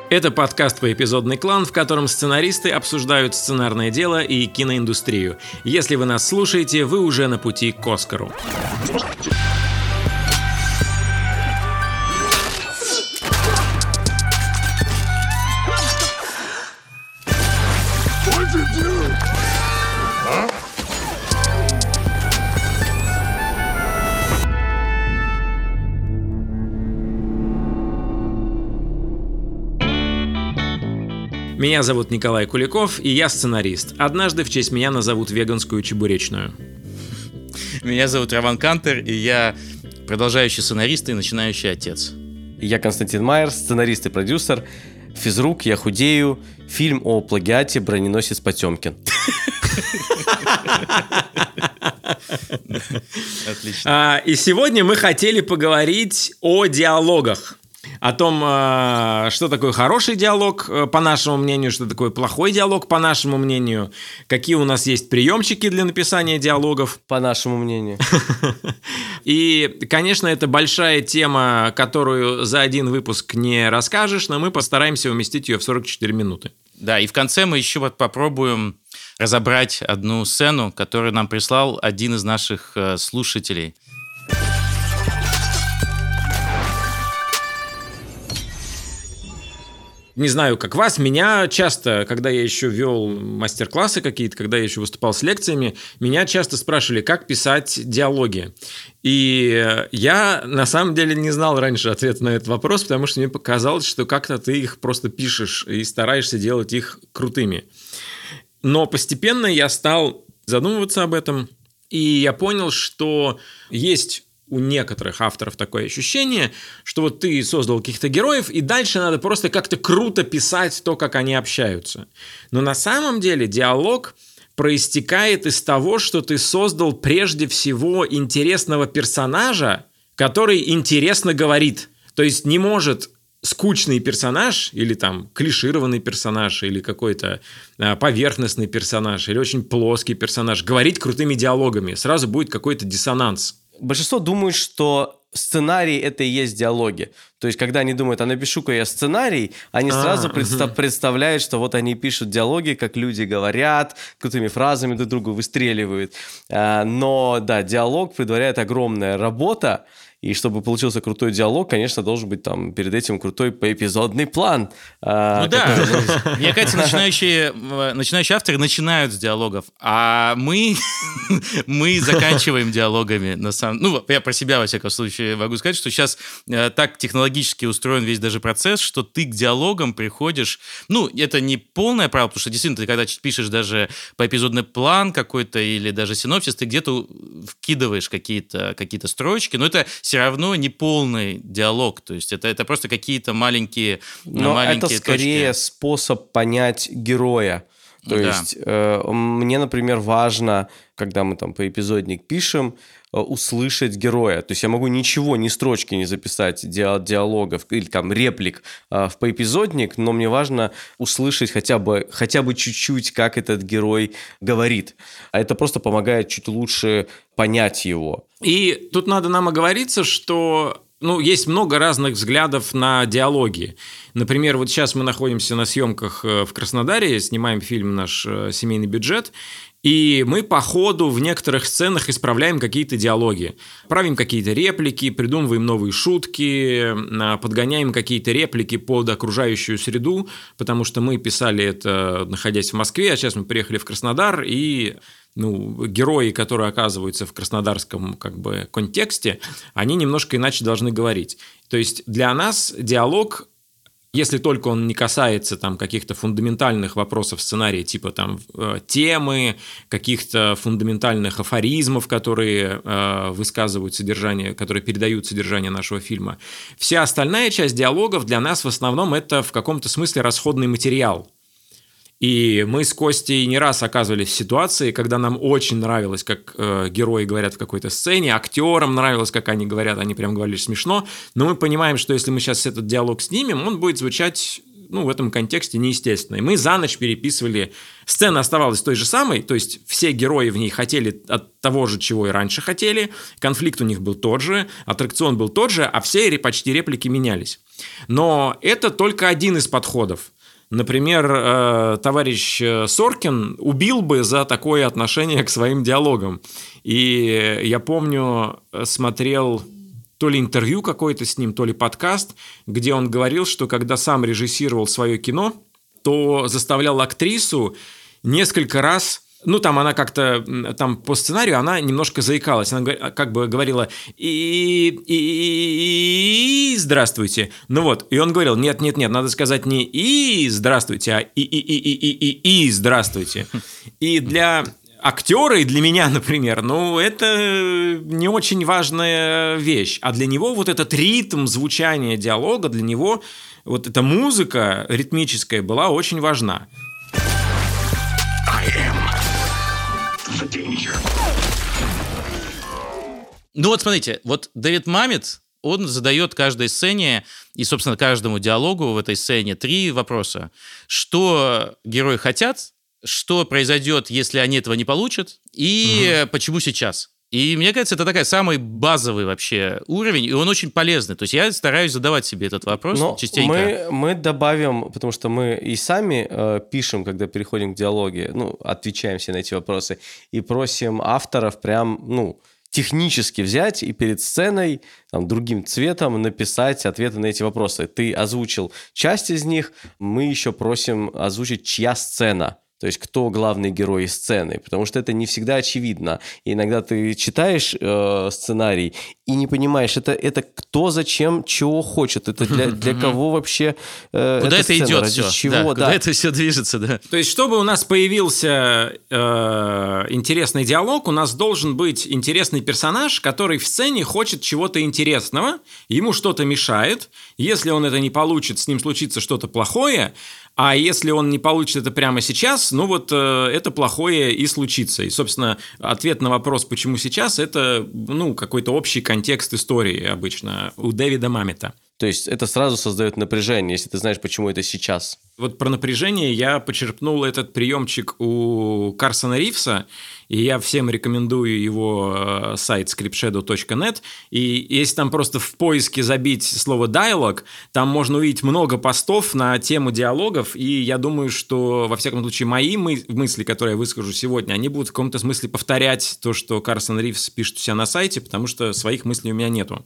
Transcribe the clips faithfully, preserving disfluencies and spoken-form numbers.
Это подкаст «Поэпизодный клан», в котором сценаристы обсуждают сценарное дело и киноиндустрию. Если вы нас слушаете, вы уже на пути к Оскару. Меня зовут Николай Куликов, и я сценарист. Однажды в честь меня назовут веганскую чебуречную. Меня зовут Роман Кантер, и я продолжающий сценарист и начинающий отец. Я Константин Майер, сценарист и продюсер. Физрук, я худею. Фильм о плагиате «Броненосец Потемкин». Отлично. И сегодня мы хотели поговорить о диалогах. О том, что такое хороший диалог, по нашему мнению, что такое плохой диалог, по нашему мнению, какие у нас есть приемчики для написания диалогов. По нашему мнению. И, конечно, это большая тема, которую за один выпуск не расскажешь, но мы постараемся уместить ее в сорок четыре минуты. Да, и в конце мы еще вот попробуем разобрать одну сцену, которую нам прислал один из наших слушателей. Не знаю, как вас, меня часто, когда я еще вел мастер-классы какие-то, когда я еще выступал с лекциями, меня часто спрашивали, как писать диалоги. И я на самом деле не знал раньше ответа на этот вопрос, потому что мне показалось, что как-то ты их просто пишешь и стараешься делать их крутыми. Но постепенно я стал задумываться об этом, и я понял, что есть у некоторых авторов такое ощущение, что вот ты создал каких-то героев, и дальше надо просто как-то круто писать то, как они общаются. Но на самом деле диалог проистекает из того, что ты создал прежде всего интересного персонажа, который интересно говорит. То есть не может скучный персонаж или там клишированный персонаж или какой-то а, поверхностный персонаж или очень плоский персонаж говорить крутыми диалогами. Сразу будет какой-то диссонанс. Большинство думают, что сценарий – это и есть диалоги. То есть, когда они думают, а напишу-ка я сценарий, они сразу а, представ- угу. представляют, что вот они пишут диалоги, как люди говорят, крутыми фразами друг другу выстреливают. Но, да, диалог предваряет огромная работа, и чтобы получился крутой диалог, конечно, должен быть там перед этим крутой поэпизодный план. Ну а, да, который... мне кажется, начинающие, начинающие авторы начинают с диалогов, а мы, мы заканчиваем диалогами. На самом... Ну, я про себя, во всяком случае, могу сказать, что сейчас так технологически устроен весь даже процесс, что ты к диалогам приходишь... Ну, это не полная правда, потому что действительно, ты когда пишешь даже поэпизодный план какой-то или даже синопсис, ты где-то вкидываешь какие-то, какие-то строчки, но это все равно не полный диалог, то есть это, это просто какие-то маленькие, но маленькие это скорее точки. Способ понять героя. То да. есть э, мне, например, важно, когда мы там поэпизодник пишем, э, услышать героя. То есть я могу ничего, ни строчки не записать ди- диалогов или там реплик э, в поэпизодник, но мне важно услышать хотя бы, хотя бы чуть-чуть, как этот герой говорит. А это просто помогает чуть лучше понять его. И тут надо нам оговориться, что... Ну, есть много разных взглядов на диалоги. Например, вот сейчас мы находимся на съемках в Краснодаре, снимаем фильм «Наш семейный бюджет», и мы по ходу в некоторых сценах исправляем какие-то диалоги. Правим какие-то реплики, придумываем новые шутки, подгоняем какие-то реплики под окружающую среду, потому что мы писали это, находясь в Москве, а сейчас мы приехали в Краснодар, и... Ну, герои, которые оказываются в краснодарском как бы контексте, они немножко иначе должны говорить. То есть для нас диалог, если только он не касается там каких-то фундаментальных вопросов сценария, типа там темы, каких-то фундаментальных афоризмов, которые э, высказывают содержание, которые передают содержание нашего фильма, вся остальная часть диалогов для нас в основном это в каком-то смысле расходный материал. И мы с Костей не раз оказывались в ситуации, когда нам очень нравилось, как э, герои говорят в какой-то сцене, актерам нравилось, как они говорят, они прям говорили смешно, но мы понимаем, что если мы сейчас этот диалог снимем, он будет звучать ну, в этом контексте неестественно. И мы за ночь переписывали. Сцена оставалась той же самой, то есть все герои в ней хотели от того же, чего и раньше хотели, конфликт у них был тот же, аттракцион был тот же, а все почти реплики менялись. Но это только один из подходов. Например, товарищ Соркин убил бы за такое отношение к своим диалогам. И я помню, смотрел то ли интервью какое-то с ним, то ли подкаст, где он говорил, что когда сам режиссировал свое кино, то заставлял актрису несколько раз... Ну, там она как-то, там по сценарию она немножко заикалась. Она как бы говорила и, и, и здравствуйте. Ну вот, и он говорил, нет-нет-нет, надо сказать не и здравствуйте, а и, и, и, и, и, и, и здравствуйте. И для актера, и для меня, например, ну, это не очень важная вещь. А для него вот этот ритм звучания диалога, для него вот эта музыка ритмическая была очень важна. Ну вот смотрите, вот Дэвид Маммет, он задает каждой сцене и, собственно, каждому диалогу в этой сцене три вопроса. Что герои хотят, что произойдет, если они этого не получат, и угу. почему сейчас. И мне кажется, это такой самый базовый вообще уровень, и он очень полезный. То есть я стараюсь задавать себе этот вопрос Но частенько. Мы, мы добавим, потому что мы и сами э, пишем, когда переходим к диалоге, ну, отвечаем все на эти вопросы, и просим авторов прям, ну, технически взять и перед сценой там, другим цветом написать ответы на эти вопросы. Ты озвучил часть из них, мы еще просим озвучить, чья сцена. То есть, кто главный герой сцены, потому что это не всегда очевидно. И иногда ты читаешь э, сценарий и не понимаешь, это, это кто, зачем, чего хочет, это для, для кого вообще э, куда эта это сцена, идет ради все, чего, да, да. куда это все движется, да. То есть, чтобы у нас появился э, интересный диалог, у нас должен быть интересный персонаж, который в сцене хочет чего-то интересного, ему что-то мешает, если он это не получит, с ним случится что-то плохое. А если он не получит это прямо сейчас, ну вот э, это плохое и случится. И, собственно, ответ на вопрос, почему сейчас, это ну, какой-то общий контекст истории обычно у Дэвида Маммета. То есть это сразу создает напряжение, если ты знаешь, почему это сейчас. Вот про напряжение я почерпнул этот приемчик у Карсона Ривза, и я всем рекомендую его сайт скрипт-шэдоу точка нет. И если там просто в поиске забить слово «диалог», там можно увидеть много постов на тему диалогов, и я думаю, что, во всяком случае, мои мы- мысли, которые я выскажу сегодня, они будут в каком-то смысле повторять то, что Карсон Ривз пишет у себя на сайте, потому что своих мыслей у меня нету.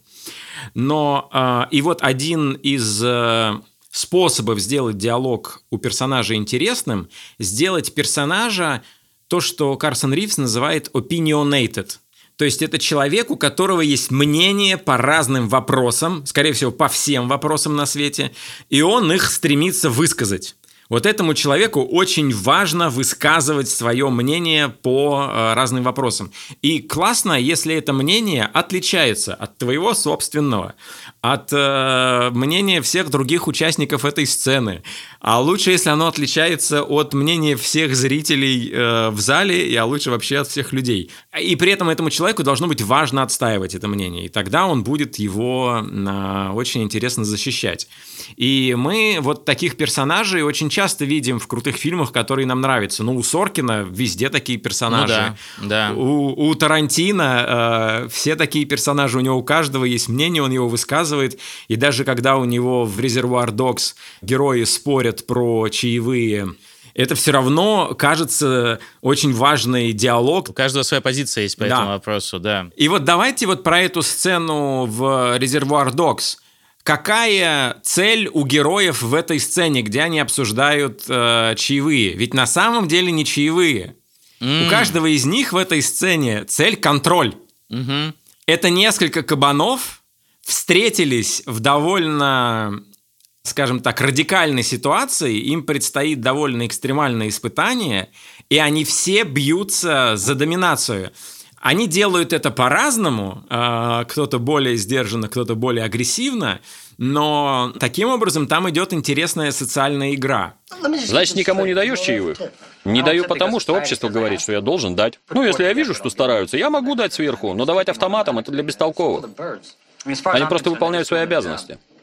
Но э, и вот один из э, способов сделать диалог у персонажа интересным – сделать персонажа то, что Карсон Ривз называет opinionated. То есть это человек, у которого есть мнение по разным вопросам, скорее всего, по всем вопросам на свете, и он их стремится высказать. Вот этому человеку очень важно высказывать свое мнение по э, разным вопросам. И классно, если это мнение отличается от твоего собственного, от э, мнения всех других участников этой сцены. А лучше, если оно отличается от мнения всех зрителей э, в зале, а лучше вообще от всех людей. И при этом этому человеку должно быть важно отстаивать это мнение. И тогда он будет его э, очень интересно защищать. И мы вот таких персонажей очень часто видим в крутых фильмах, которые нам нравятся. Ну, у Соркина везде такие персонажи. Ну, да, да. У, у Тарантино э, все такие персонажи. У него у каждого есть мнение, он его высказывает. И даже когда у него в «Резервуар Догс» герои спорят про чаевые, это все равно кажется очень важный диалог. У каждого своя позиция есть по да. этому вопросу, да. И вот давайте вот про эту сцену в «Резервуар Догс». Какая цель у героев в этой сцене, где они обсуждают э, чаевые? Ведь на самом деле не чаевые. Mm. У каждого из них в этой сцене цель – контроль. Mm-hmm. Это несколько кабанов встретились в довольно, скажем так, радикальной ситуации, им предстоит довольно экстремальное испытание, и они все бьются за доминацию. Они делают это по-разному, кто-то более сдержанно, кто-то более агрессивно, но таким образом там идет интересная социальная игра. Значит, никому не даешь чаевых? Не даю потому, что общество говорит, что я должен дать. Ну, если я вижу, что стараются, я могу дать сверху, но давать автоматом – это для бестолковых. Они просто выполняют свои обязанности.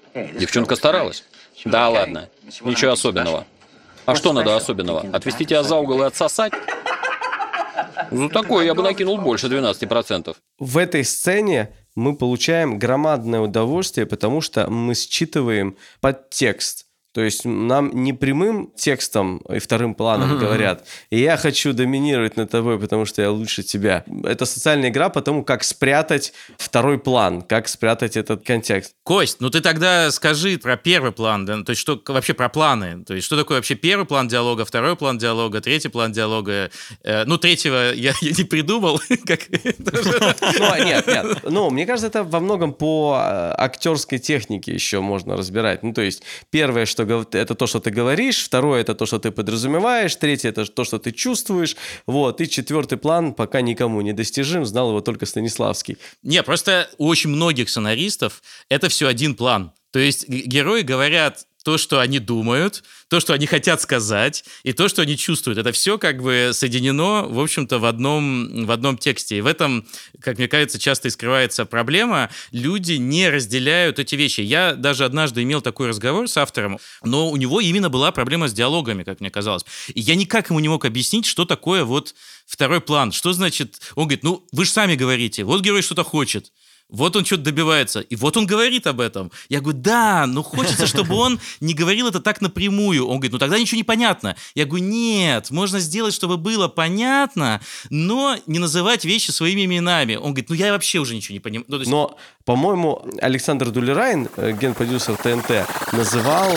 Девчонка старалась. Да ладно, ничего особенного. А что надо особенного? Отвести тебя за угол и отсосать? За такое я бы накинул больше двенадцати процентов. В этой сцене мы получаем громадное удовольствие, потому что мы считываем подтекст. То есть нам не прямым текстом и вторым планом uh-huh. говорят: «Я хочу доминировать над тобой, потому что я лучше тебя». Это социальная игра по тому, как спрятать второй план, как спрятать этот контекст. Кость, ну ты тогда скажи про первый план, да? То есть что вообще про планы? То есть что такое вообще первый план диалога, второй план диалога, третий план диалога? Э, ну, третьего я, я не придумал. Ну, нет, нет. Ну, мне кажется, это во многом по актерской технике еще можно разбирать. Ну, то есть первое, что это то, что ты говоришь, второе — это то, что ты подразумеваешь, третье — это то, что ты чувствуешь, вот, и четвертый план пока никому не достижим, знал его только Станиславский. Не, просто у очень многих сценаристов это все один план. То есть герои говорят то, что они думают, то, что они хотят сказать, и то, что они чувствуют. Это все как бы соединено, в общем-то, в одном, в одном тексте. И в этом, как мне кажется, часто и скрывается проблема. Люди не разделяют эти вещи. Я даже однажды имел такой разговор с автором, но у него именно была проблема с диалогами, как мне казалось. И я никак ему не мог объяснить, что такое вот второй план. Что значит... Он говорит, ну, вы же сами говорите, вот герой что-то хочет. Вот он что-то добивается, и вот он говорит об этом. Я говорю, да, но хочется, чтобы он не говорил это так напрямую. Он говорит, ну тогда ничего не понятно. Я говорю, нет, можно сделать, чтобы было понятно, но не называть вещи своими именами. Он говорит, ну я вообще уже ничего не понимаю. Ну, есть... Но, по-моему, Александр Дулерайн, генпродюсер ТНТ, называл...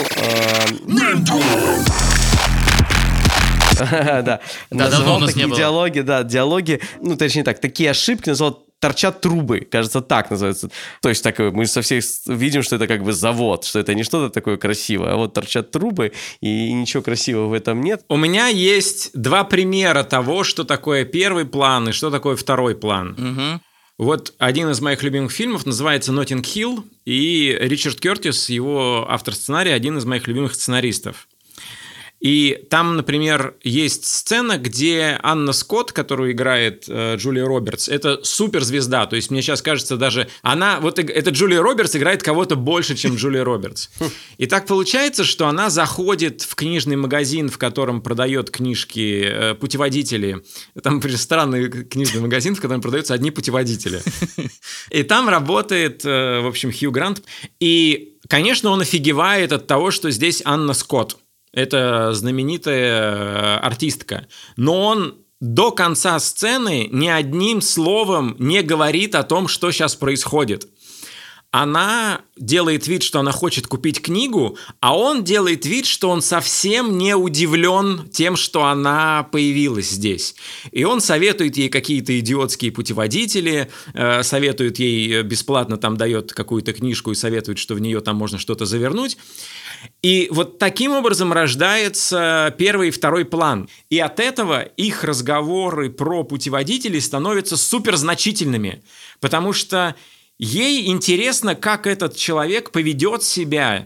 Да, называл такие диалоги, да, диалоги, ну, точнее так, такие ошибки называл «торчат трубы», кажется, так называется. То есть так, мы со всех видим, что это как бы завод, что это не что-то такое красивое, а вот торчат трубы, и ничего красивого в этом нет. У меня есть два примера того, что такое первый план и что такое второй план. Угу. Вот один из моих любимых фильмов называется «Ноттинг Хилл», и Ричард Кертис, его автор сценария, один из моих любимых сценаристов. И там, например, есть сцена, где Анна Скотт, которую играет э, Джулия Робертс, это суперзвезда. То есть мне сейчас кажется, даже она, вот эта Джулия Робертс играет кого-то больше, чем Джулия Робертс. И так получается, что она заходит в книжный магазин, в котором продает книжки, э, путеводители. Там странный книжный магазин, в котором продаются одни путеводители. И там работает, э, в общем, Хью Грант. И, конечно, он офигевает от того, что здесь Анна Скотт. Это знаменитая артистка. Но он до конца сцены ни одним словом не говорит о том, что сейчас происходит. Она делает вид, что она хочет купить книгу, а он делает вид, что он совсем не удивлен тем, что она появилась здесь. И он советует ей какие-то идиотские путеводители, э, советует ей бесплатно, там дает какую-то книжку и советует, что в нее там можно что-то завернуть. И вот таким образом рождается первый и второй план. И от этого их разговоры про путеводителей становятся суперзначительными, потому что ей интересно, как этот человек поведет себя,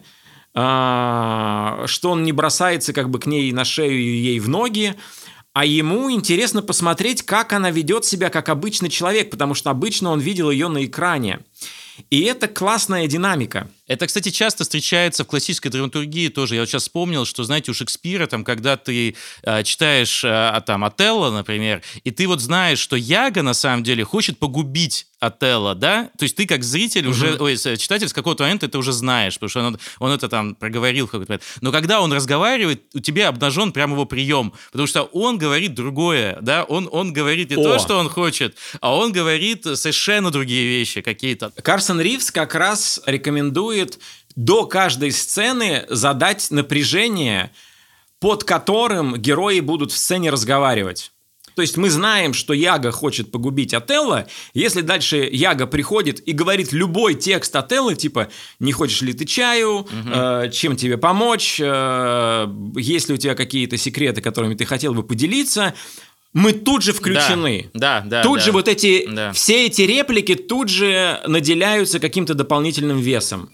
что он не бросается как бы к ней на шею и ей в ноги, а ему интересно посмотреть, как она ведет себя как обычный человек, потому что обычно он видел ее на экране. И это классная динамика. Это, кстати, часто встречается в классической драматургии тоже. Я вот сейчас вспомнил, что, знаете, у Шекспира, там, когда ты э, читаешь э, там, Отелло, например, и ты вот знаешь, что Яго на самом деле хочет погубить Отелло, да? То есть ты как зритель уже, uh-huh. ой, читатель с какого-то момента это уже знаешь, потому что он, он это там проговорил в какой-то момент. Но когда он разговаривает, у тебя обнажен прямо его прием, потому что он говорит другое, да? Он, он говорит не О. то, что он хочет, а он говорит совершенно другие вещи какие-то. Карсон Ривз как раз рекомендует до каждой сцены задать напряжение, под которым герои будут в сцене разговаривать. То есть мы знаем, что Яго хочет погубить Отелло. Если дальше Яго приходит и говорит любой текст Отелло, типа «Не хочешь ли ты чаю?», угу. э, «Чем тебе помочь?», э, «Есть ли у тебя какие-то секреты, которыми ты хотел бы поделиться?», мы тут же включены. Да, да, да. Тут да. же вот эти, да. все эти реплики тут же наделяются каким-то дополнительным весом.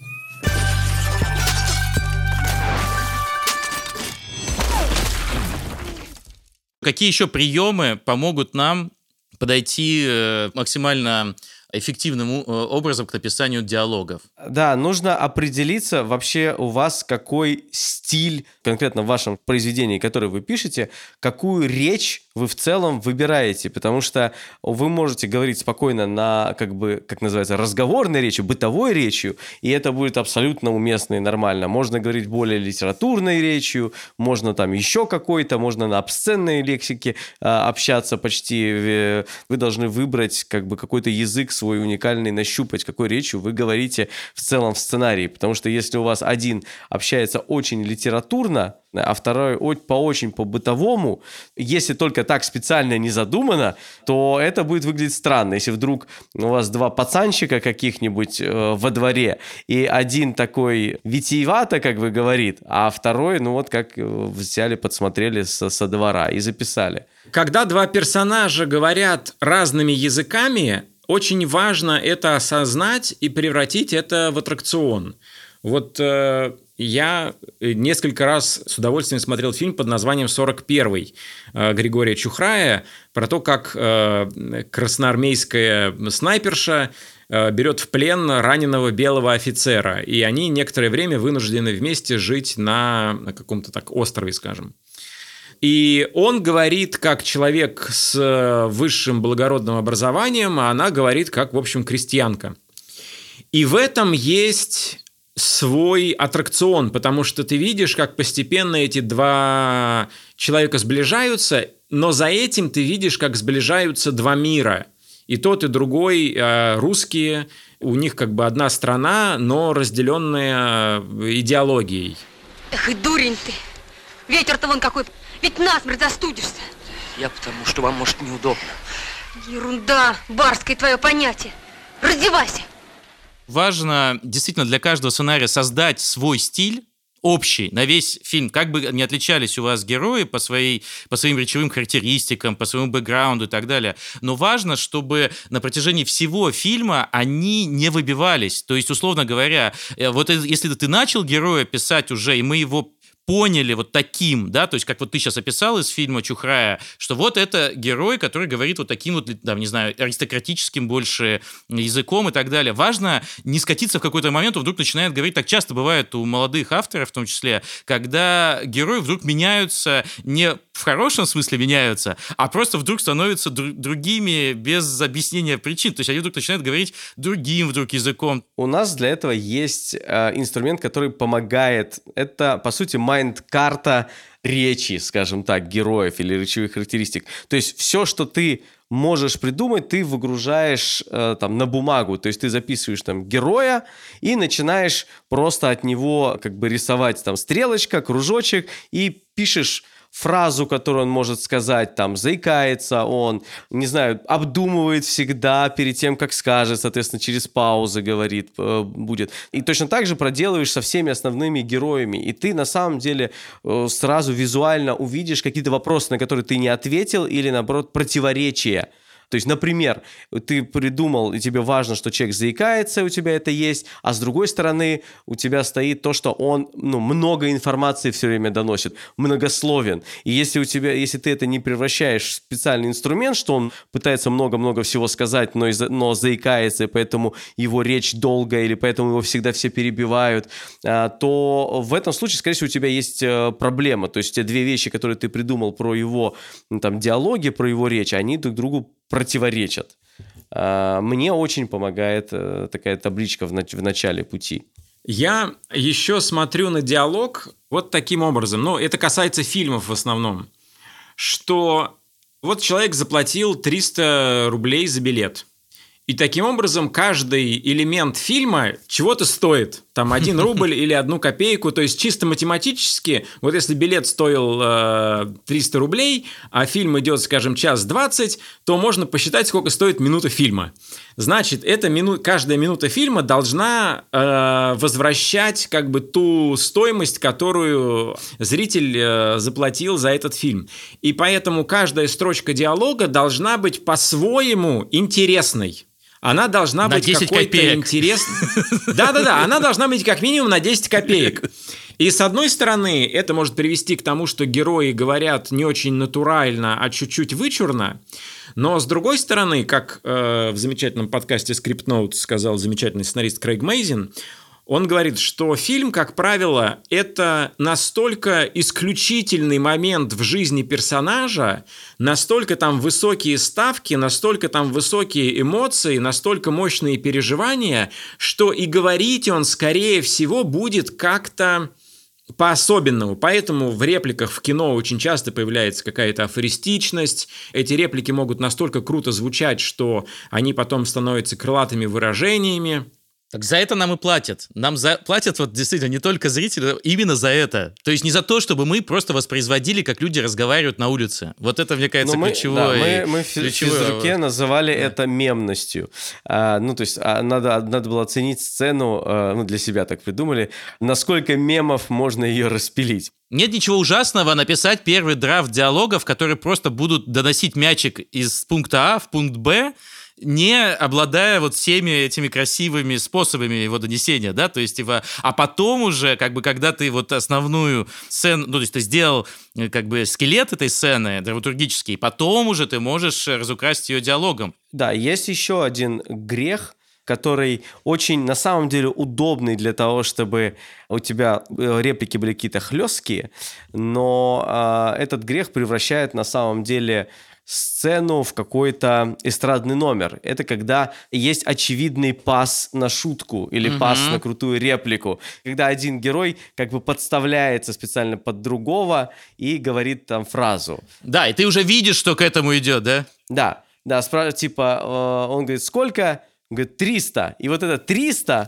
Какие еще приемы помогут нам подойти максимально эффективным образом к написанию диалогов. Да, нужно определиться вообще у вас какой стиль, конкретно в вашем произведении, которое вы пишете, какую речь вы в целом выбираете, потому что вы можете говорить спокойно на, как бы, как называется, разговорной речью, бытовой речью, и это будет абсолютно уместно и нормально. Можно говорить более литературной речью, можно там еще какой-то, можно на обсценной лексике а, общаться почти. Вы должны выбрать как бы какой-то язык свой уникальный, нащупать, какой речью вы говорите в целом в сценарии, потому что если у вас один общается очень литературно, а второй по очень по-бытовому, если только так специально не задумано, то это будет выглядеть странно. Если вдруг у вас два пацанчика каких-нибудь э, во дворе, и один такой витиевато, как бы говорит, а второй, ну вот как взяли, подсмотрели со, со двора и записали. Когда два персонажа говорят разными языками, очень важно это осознать и превратить это в аттракцион. Вот э, я несколько раз с удовольствием смотрел фильм под названием «сорок первый» э, Григория Чухрая про то, как э, красноармейская снайперша э, берет в плен раненого белого офицера, и они некоторое время вынуждены вместе жить на, на каком-то так острове, скажем. И он говорит как человек с высшим благородным образованием, а она говорит как, в общем, крестьянка. И в этом есть свой аттракцион, потому что ты видишь, как постепенно эти два человека сближаются, но за этим ты видишь, как сближаются два мира. И тот, и другой э, русские, у них как бы одна страна, но разделенная идеологией. Эх, и дурень ты! Ветер-то вон какой, ведь насмерть застудишься. Я потому, что вам, может, неудобно. Ерунда, барское твое понятие. Раздевайся! Важно действительно для каждого сценария создать свой стиль, общий, на весь фильм. Как бы ни отличались у вас герои по, своей, по своим речевым характеристикам, по своему бэкграунду и так далее, но важно, чтобы на протяжении всего фильма они не выбивались. То есть, условно говоря, вот если ты начал героя писать уже, и мы его поняли вот таким, да, то есть как вот ты сейчас описал из фильма Чухрая, что вот это герой, который говорит вот таким вот, там, не знаю, аристократическим больше языком и так далее. Важно не скатиться в какой-то момент, он вдруг начинает говорить, так часто бывает у молодых авторов в том числе, когда герои вдруг меняются, не в хорошем смысле меняются, а просто вдруг становятся дру- другими без объяснения причин, то есть они вдруг начинают говорить другим вдруг языком. У нас для этого есть э, инструмент, который помогает, это, по сути, майнд-карта речи, скажем так, героев или речевых характеристик. То есть все, что ты можешь придумать, ты выгружаешь э, там на бумагу, то есть ты записываешь там героя и начинаешь просто от него как бы рисовать там стрелочка, кружочек и пишешь фразу, которую он может сказать, там, заикается он, не знаю, обдумывает всегда перед тем, как скажет, соответственно, через паузы говорит, э, будет. И точно так же проделываешь со всеми основными героями. И ты, на самом деле, э, сразу визуально увидишь какие-то вопросы, на которые ты не ответил, или, наоборот, противоречия. То есть, например, ты придумал, и тебе важно, что человек заикается, у тебя это есть, а с другой стороны у тебя стоит то, что он ну, много информации все время доносит, многословен. И если, у тебя, если ты это не превращаешь в специальный инструмент, что он пытается много-много всего сказать, но, из- но заикается, и поэтому его речь долгая, или поэтому его всегда все перебивают, то в этом случае, скорее всего, у тебя есть проблема. То есть те две вещи, которые ты придумал про его ну, там, диалоги, про его речь, они друг другу противоречат. Мне очень помогает такая табличка в начале пути. Я еще смотрю на диалог вот таким образом. Ну, это касается фильмов в основном. Что вот человек заплатил триста рублей за билет. И таким образом каждый элемент фильма чего-то стоит. Там один рубль или одну копейку. То есть чисто математически, вот если билет стоил э, триста рублей, а фильм идет, скажем, час двадцать, то можно посчитать, сколько стоит минута фильма. Значит, эта мину... каждая минута фильма должна э, возвращать как бы ту стоимость, которую зритель э, заплатил за этот фильм. И поэтому каждая строчка диалога должна быть по-своему интересной. Она должна на быть какой-то интересной. Да-да-да, она должна быть как минимум на десять копеек. И с одной стороны, это может привести к тому, что герои говорят не очень натурально, а чуть-чуть вычурно. Но с другой стороны, как э, в замечательном подкасте Script Notes сказал замечательный сценарист Крейг Мейзин, он говорит, что фильм, как правило, это настолько исключительный момент в жизни персонажа, настолько там высокие ставки, настолько там высокие эмоции, настолько мощные переживания, что и говорить он, скорее всего, будет как-то по-особенному. Поэтому в репликах в кино очень часто появляется какая-то афористичность. Эти реплики могут настолько круто звучать, что они потом становятся крылатыми выражениями. Так за это нам и платят. Нам за... платят вот действительно не только зрители, именно за это. То есть не за то, чтобы мы просто воспроизводили, как люди разговаривают на улице. Вот это, мне кажется, мы, ключевое. Да, мы, мы в ключевое... физруке называли да. это мемностью. А, ну, то есть а, надо, надо было оценить сцену, а, ну, для себя так придумали, насколько мемов можно ее распилить. Нет ничего ужасного написать первый драфт диалогов, которые просто будут доносить мячик из пункта А в пункт Б, не обладая вот всеми этими красивыми способами его донесения, да, то есть, его, а потом уже, как бы, когда ты вот основную сцену, ну, то есть ты сделал, как бы, скелет этой сцены драматургический, потом уже ты можешь разукрасить ее диалогом. Да, есть еще один грех, который очень, на самом деле, удобный для того, чтобы у тебя реплики были какие-то хлесткие, но э, этот грех превращает, на самом деле, сцену в какой-то эстрадный номер. Это когда есть очевидный пас на шутку или uh-huh. пас на крутую реплику. Когда один герой как бы подставляется специально под другого и говорит там фразу. Да, и ты уже видишь, что к этому идет, да? Да, да, спра- типа э, он говорит, сколько? Он говорит, триста. И вот это триста,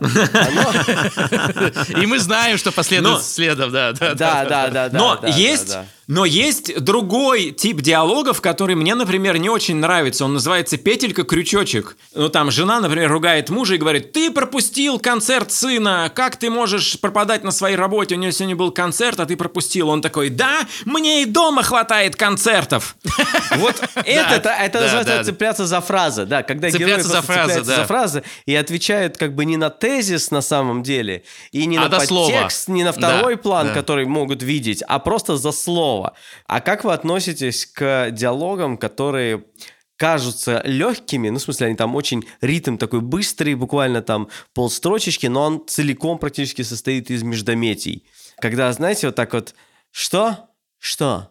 оно... И мы знаем, что последует следом, да. Да, да, да. Но есть... Но есть другой тип диалогов, который мне, например, не очень нравится. Он называется «Петелька-крючочек». Ну, там жена, например, ругает мужа и говорит: «Ты пропустил концерт сына, как ты можешь пропадать на своей работе? У него сегодня был концерт, а ты пропустил». Он такой: «Да, мне и дома хватает концертов». Вот это это называется цепляться за фразы. Да, когда герой цепляется за фразы и отвечает как бы не на тезис на самом деле, и не на подтекст, не на второй план, который могут видеть, а просто за слово. А как вы относитесь к диалогам, которые кажутся легкими, ну, в смысле, они там очень, ритм такой быстрый, буквально там полстрочечки, но он целиком практически состоит из междометий. Когда, знаете, вот так вот, что? Что?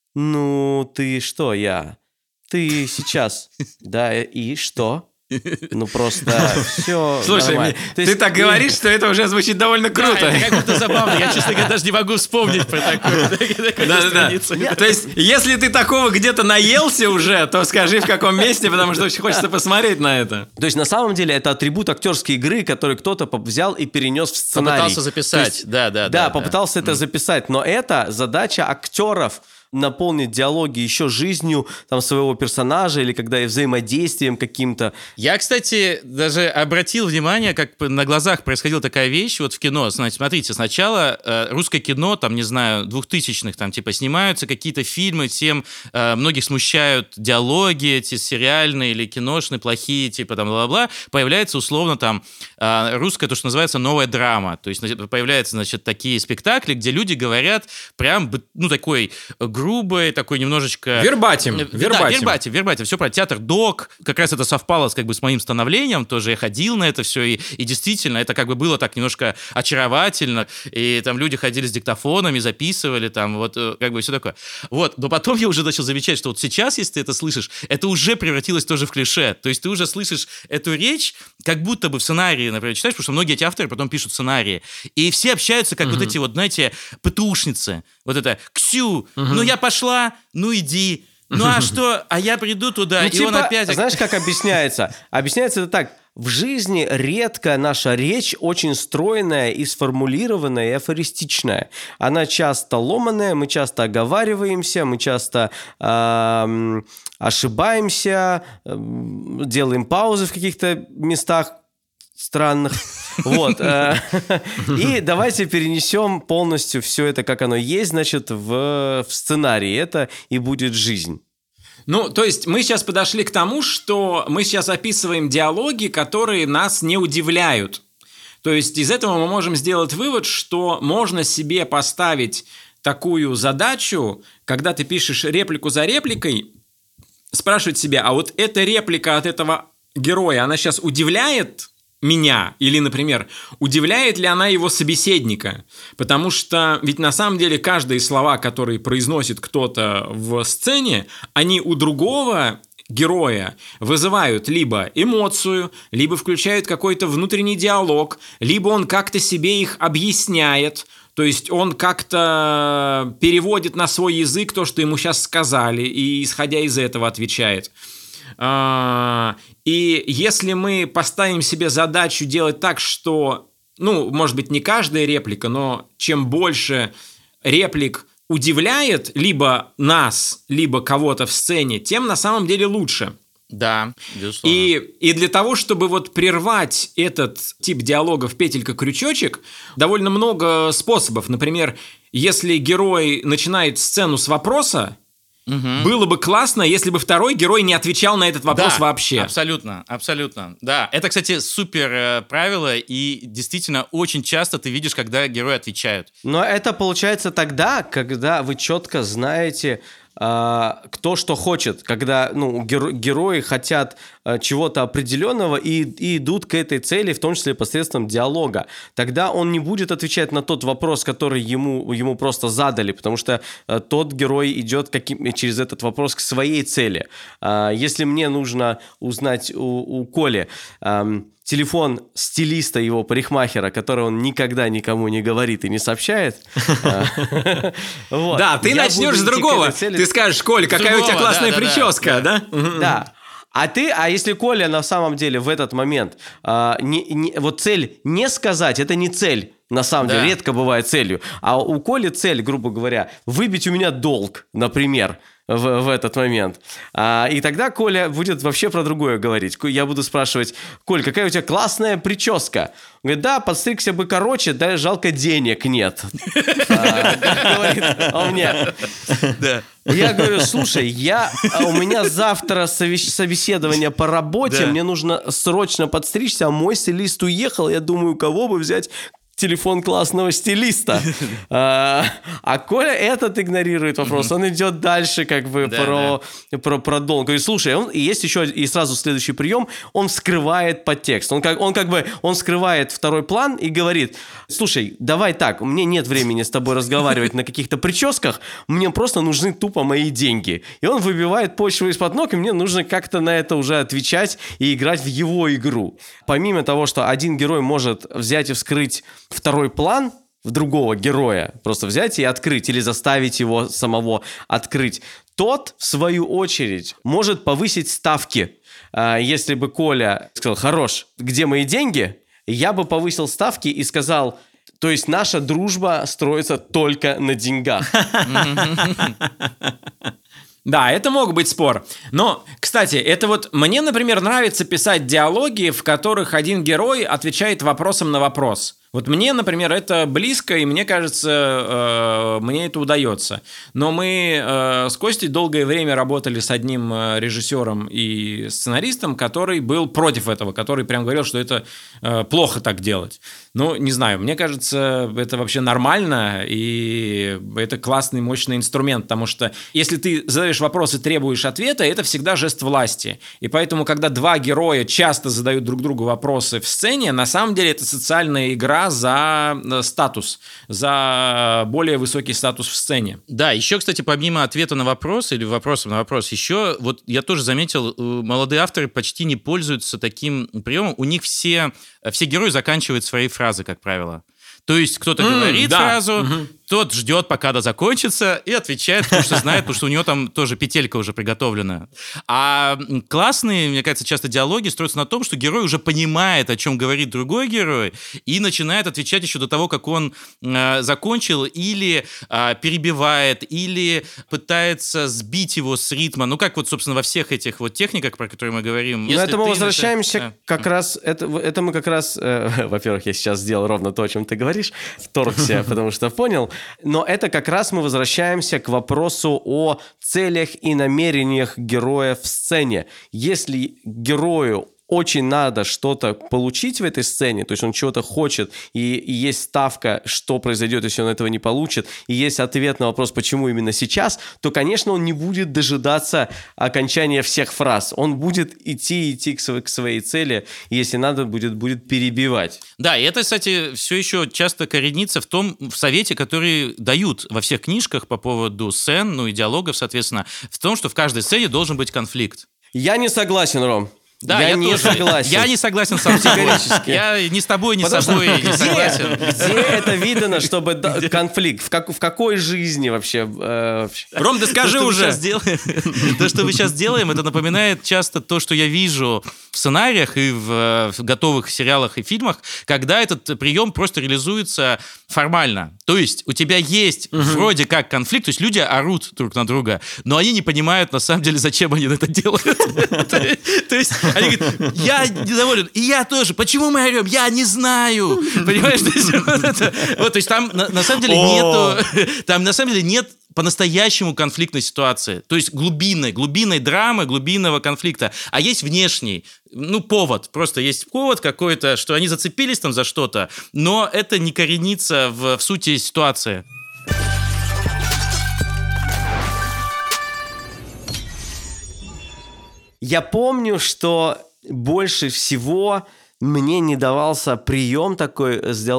Ну, ты что, я? Ты сейчас. Да, и что? Ну, просто все. Слушай, ты есть... так говоришь, что это уже звучит довольно круто. Да, это как-то забавно. Я, честно говоря, даже не могу вспомнить про такую страницу. То есть, если ты такого где-то наелся уже, то скажи, в каком месте, потому что очень хочется посмотреть на это. То есть, на самом деле, это атрибут актерской игры, который кто-то взял и перенес в сценарий. Попытался записать, да, да. Да, попытался это записать, но это задача актеров. Наполнить диалоги еще жизнью там, своего персонажа или когда и взаимодействием каким-то. Я, кстати, даже обратил внимание, как на глазах происходила такая вещь вот в кино. Значит, смотрите, сначала э, русское кино, там, не знаю, двухтысячных, там, типа, снимаются какие-то фильмы, всем э, многих смущают диалоги эти сериальные или киношные, плохие, типа, там, бла-бла-бла. Появляется, условно, там, э, русское, то, что называется, новая драма. То есть, появляются, значит, такие спектакли, где люди говорят прям, ну, такой грубый, такой немножечко... Вербатим. Да, вербатим. вербатим, вербатим. Все про театр док. Как раз это совпало с, как бы, с моим становлением. Тоже я ходил на это все. И, и действительно, это как бы было так немножко очаровательно. И там люди ходили с диктофонами, записывали там, вот, как бы все такое. Вот. Но потом я уже начал замечать, что вот сейчас, если ты это слышишь, это уже превратилось тоже в клише. То есть ты уже слышишь эту речь, как будто бы в сценарии, например, читаешь, потому что многие эти авторы потом пишут сценарии. И все общаются, как угу. вот эти вот, знаете, ПТУшницы. Вот это «Ксю, угу. ну я пошла, ну иди». Ну а что? А я приду туда, ну, и типа, он опять... Знаешь, как объясняется? Объясняется это так. В жизни редко наша речь очень стройная и сформулированная, и афористичная. Она часто ломаная, мы часто оговариваемся, мы часто э, ошибаемся, э, делаем паузы в каких-то местах странных. Вот. И давайте перенесем полностью все это, как оно есть, значит, в, в сценарий. Это и будет жизнь. Ну, то есть мы сейчас подошли к тому, что мы сейчас описываем диалоги, которые нас не удивляют. То есть из этого мы можем сделать вывод, что можно себе поставить такую задачу, когда ты пишешь реплику за репликой, спрашивать себя, а вот эта реплика от этого героя, она сейчас удивляет меня? Или, например, удивляет ли она его собеседника? Потому что ведь на самом деле каждые слова, которые произносит кто-то в сцене, они у другого героя вызывают либо эмоцию, либо включают какой-то внутренний диалог, либо он как-то себе их объясняет, то есть он как-то переводит на свой язык то, что ему сейчас сказали, и исходя из этого отвечает. И если мы поставим себе задачу делать так, что, ну, может быть, не каждая реплика, но чем больше реплик удивляет либо нас, либо кого-то в сцене, тем на самом деле лучше. Да, безусловно. И, и для того, чтобы вот прервать этот тип диалогов петелька-крючочек, довольно много способов. Например, если герой начинает сцену с вопроса, угу. было бы классно, если бы второй герой не отвечал на этот вопрос да, вообще. Абсолютно, абсолютно. Да, это, кстати, супер э, правило, и действительно очень часто ты видишь, когда герои отвечают. Но это получается тогда, когда вы четко знаете, кто что хочет, когда ну, геро- герои хотят э, чего-то определенного и, и идут к этой цели, в том числе посредством диалога. Тогда он не будет отвечать на тот вопрос, который ему, ему просто задали, потому что э, тот герой идет каким, через этот вопрос к своей цели. Э, если мне нужно узнать у, у Коли э, телефон стилиста его парикмахера, который он никогда никому не говорит и не сообщает. Да, ты начнешь с другого. Ты скажешь: Коль, какая у тебя классная прическа, да? Да. А ты, а если Коля на самом деле в этот момент, вот цель не сказать, это не цель. На самом деле, редко бывает целью. А у Коли цель, грубо говоря, выбить у меня долг, например, в, в этот момент. А, и тогда Коля будет вообще про другое говорить. Я буду спрашивать: Коль, какая у тебя классная прическа? Он говорит: да, подстригся бы короче, да, жалко денег нет. Говорит он мне. Я говорю: слушай, я, у меня завтра собеседование по работе, мне нужно срочно подстричься, а мой стилист уехал, я думаю, кого бы взять... телефон классного стилиста. а, а Коля этот игнорирует вопрос. Он идет дальше как бы да, про, да. про, про долг. Говорит: слушай, он, и есть еще и сразу следующий прием, он скрывает подтекст. Он как, он как бы он скрывает второй план и говорит: слушай, давай так, мне нет времени с тобой разговаривать на каких-то прическах, мне просто нужны тупо мои деньги. И он выбивает почву из-под ног, и мне нужно как-то на это уже отвечать и играть в его игру. Помимо того, что один герой может взять и вскрыть второй план в другого героя, просто взять и открыть, или заставить его самого открыть, тот, в свою очередь, может повысить ставки. Если бы Коля сказал: хорош, где мои деньги? Я бы повысил ставки и сказал: то есть наша дружба строится только на деньгах. Да, это мог быть спор. Но, кстати, это вот мне, например, нравится писать диалоги, в которых один герой отвечает вопросом на вопрос. Вот мне, например, это близко, и мне кажется, э, мне это удается. Но мы э, с Костей долгое время работали с одним режиссером и сценаристом, который был против этого, который прям говорил, что это э, плохо так делать. Ну, не знаю, мне кажется, это вообще нормально, и это классный, мощный инструмент, потому что если ты задаешь вопрос и требуешь ответа, это всегда жест власти. И поэтому, когда два героя часто задают друг другу вопросы в сцене, на самом деле это социальная игра за статус, за более высокий статус в сцене. Да, еще, кстати, помимо ответа на вопрос или вопросов на вопрос, еще вот я тоже заметил, молодые авторы почти не пользуются таким приемом. У них все, все герои заканчивают свои фразы, как правило. То есть кто-то mm, говорит да. фразу, mm-hmm. тот ждет, пока она закончится, и отвечает, потому что знает, потому что у него там тоже петелька уже приготовлена. А классные, мне кажется, часто диалоги строятся на том, что герой уже понимает, о чем говорит другой герой, и начинает отвечать еще до того, как он э, закончил, или э, перебивает, или пытается сбить его с ритма. Ну, как вот, собственно, во всех этих вот техниках, про которые мы говорим. Но это мы возвращаемся начи... как раз... Это, это мы как раз... Э, во-первых, я сейчас сделал ровно то, о чем ты говоришь, вторгся, потому что понял. Но это как раз мы возвращаемся к вопросу о целях и намерениях героя в сцене. Если герою очень надо что-то получить в этой сцене, то есть он чего-то хочет, и, и есть ставка, что произойдет, если он этого не получит, и есть ответ на вопрос, почему именно сейчас, то, конечно, он не будет дожидаться окончания всех фраз. Он будет идти, идти к своей, к своей цели, и если надо, будет, будет перебивать. Да, и это, кстати, все еще часто коренится в том в совете, который дают во всех книжках по поводу сцен, ну и диалогов, соответственно, в том, что в каждой сцене должен быть конфликт. Я не согласен, Ром. Да, я, я не тоже. согласен. Я не согласен сам с собой. Я ни с тобой, ни с собой не согласен. Где это видно, чтобы конфликт? В, как, в какой жизни вообще? Э, Ром, да скажи то, уже. То, что мы сейчас делаем, это напоминает часто то, что я вижу в сценариях и в, в готовых сериалах и фильмах, когда этот прием просто реализуется формально. То есть у тебя есть угу. вроде как конфликт, то есть люди орут друг на друга, но они не понимают на самом деле, зачем они это делают. То есть они говорят, я недоволен, и я тоже. Почему мы орем? Я не знаю. Понимаешь? То есть, вот это, вот, то есть там на, на самом деле нету, там на самом деле нет по-настоящему конфликтной ситуации. То есть глубинной, глубинной драмы, глубинного конфликта. А есть внешний, ну, повод. Просто есть повод какой-то, что они зацепились там за что-то, но это не коренится в, в сути ситуации. Я помню, что больше всего мне не давался прием такой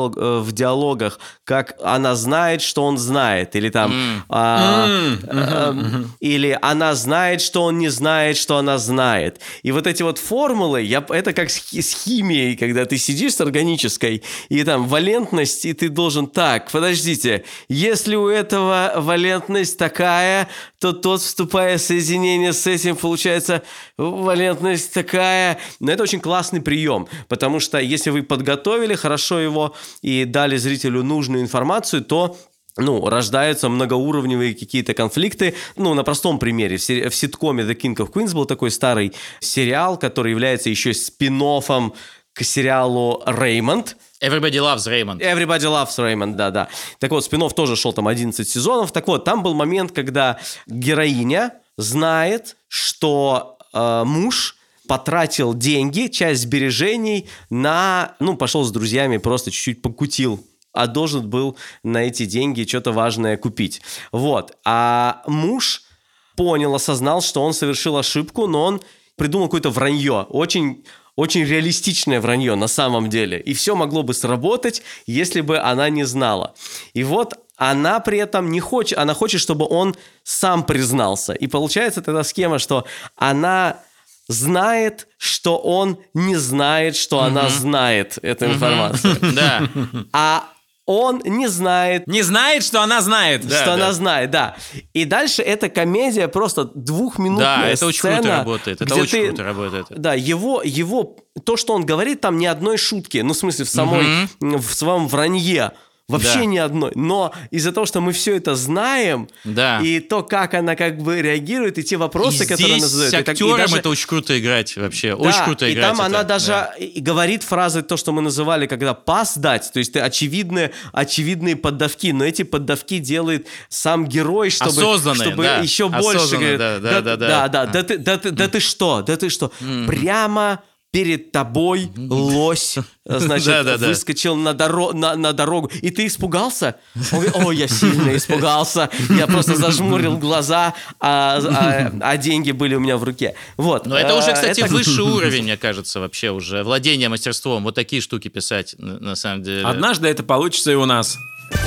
в диалогах, как «она знает, что он знает», или там mm. а, mm. А, mm-hmm. или «она знает, что он не знает, что она знает». И вот эти вот формулы, я, это как с, с химией, когда ты сидишь с органической, и там валентность, и ты должен так, подождите, если у этого валентность такая, то тот, вступая в соединение с этим, получается валентность такая. Но это очень классный прием, потому что если вы подготовили хорошо его и дали зрителю нужную информацию, то ну, рождаются многоуровневые какие-то конфликты. Ну, на простом примере. В, сери- в ситкоме The King of Queens был такой старый сериал, который является еще спин-оффом к сериалу «Реймонд». Everybody Loves Raymond. Everybody Loves Raymond, да-да. Так вот, спин-офф тоже шел там одиннадцать сезонов. Так вот, там был момент, когда героиня знает, что э, муж потратил деньги, часть сбережений на... Ну, пошел с друзьями, просто чуть-чуть покутил, а должен был на эти деньги что-то важное купить. Вот. А муж понял, осознал, что он совершил ошибку, но он придумал какое-то вранье. Очень... Очень реалистичное вранье на самом деле. И все могло бы сработать, если бы она не знала. И вот она при этом не хочет, она хочет, чтобы он сам признался. И получается тогда схема, что она знает, что он не знает, что mm-hmm. она знает эту информацию. Да. А он не знает. Не знает, что она знает. Что да, она да. знает, да. И дальше эта комедия просто двухминутная Да, это сцена, очень круто работает. Это очень ты, круто работает. Да, его, его, то, что он говорит, там ни одной шутки. Ну, в смысле, в самой, угу. в своем вранье. Вообще да. ни одной. Но из-за того, что мы все это знаем, да. и то, как она как бы реагирует, и те вопросы, и которые она задает. С актером и даже... это очень круто играть вообще. Да, очень круто и играть. И там это. она даже да. говорит фразы, то, что мы называли, когда пас дать, то есть ты очевидные, очевидные поддавки, но эти поддавки делает сам герой, чтобы, чтобы да. еще больше... Говорит, да, да, да, да, да, да, да, ты, да, ты, да ты что, да ты что, mm-hmm. прямо... перед тобой лось, значит, да, да, выскочил да. На, доро- на, на дорогу. И ты испугался? Он говорит, о, я сильно испугался. Я просто зажмурил глаза, а, а, а деньги были у меня в руке. Вот. Но это уже, кстати, это... высший уровень, мне кажется, вообще уже. Владение мастерством. Вот такие штуки писать, на самом деле. Однажды это получится и у нас.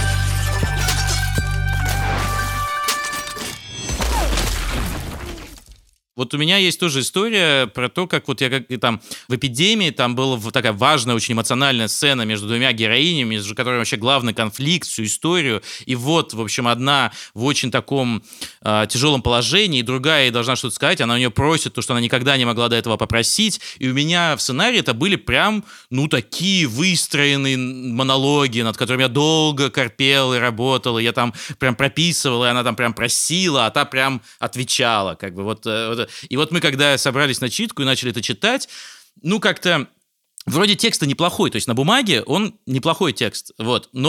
Вот у меня есть тоже история про то, как вот я как там в «Эпидемии» там была такая важная, очень эмоциональная сцена между двумя героинями, между которыми вообще главный конфликт, всю историю. И вот, в общем, одна в очень таком э, тяжелом положении, и другая ей должна что-то сказать, она у нее просит то, что она никогда не могла до этого попросить. И у меня в сценарии это были прям, ну, такие выстроенные монологи, над которыми я долго корпел и работал, и я там прям прописывал, и она там прям просила, а та прям отвечала, как бы вот... вот И вот мы, когда собрались на читку и начали это читать, ну, как-то вроде текста неплохой, то есть на бумаге он неплохой текст, вот, но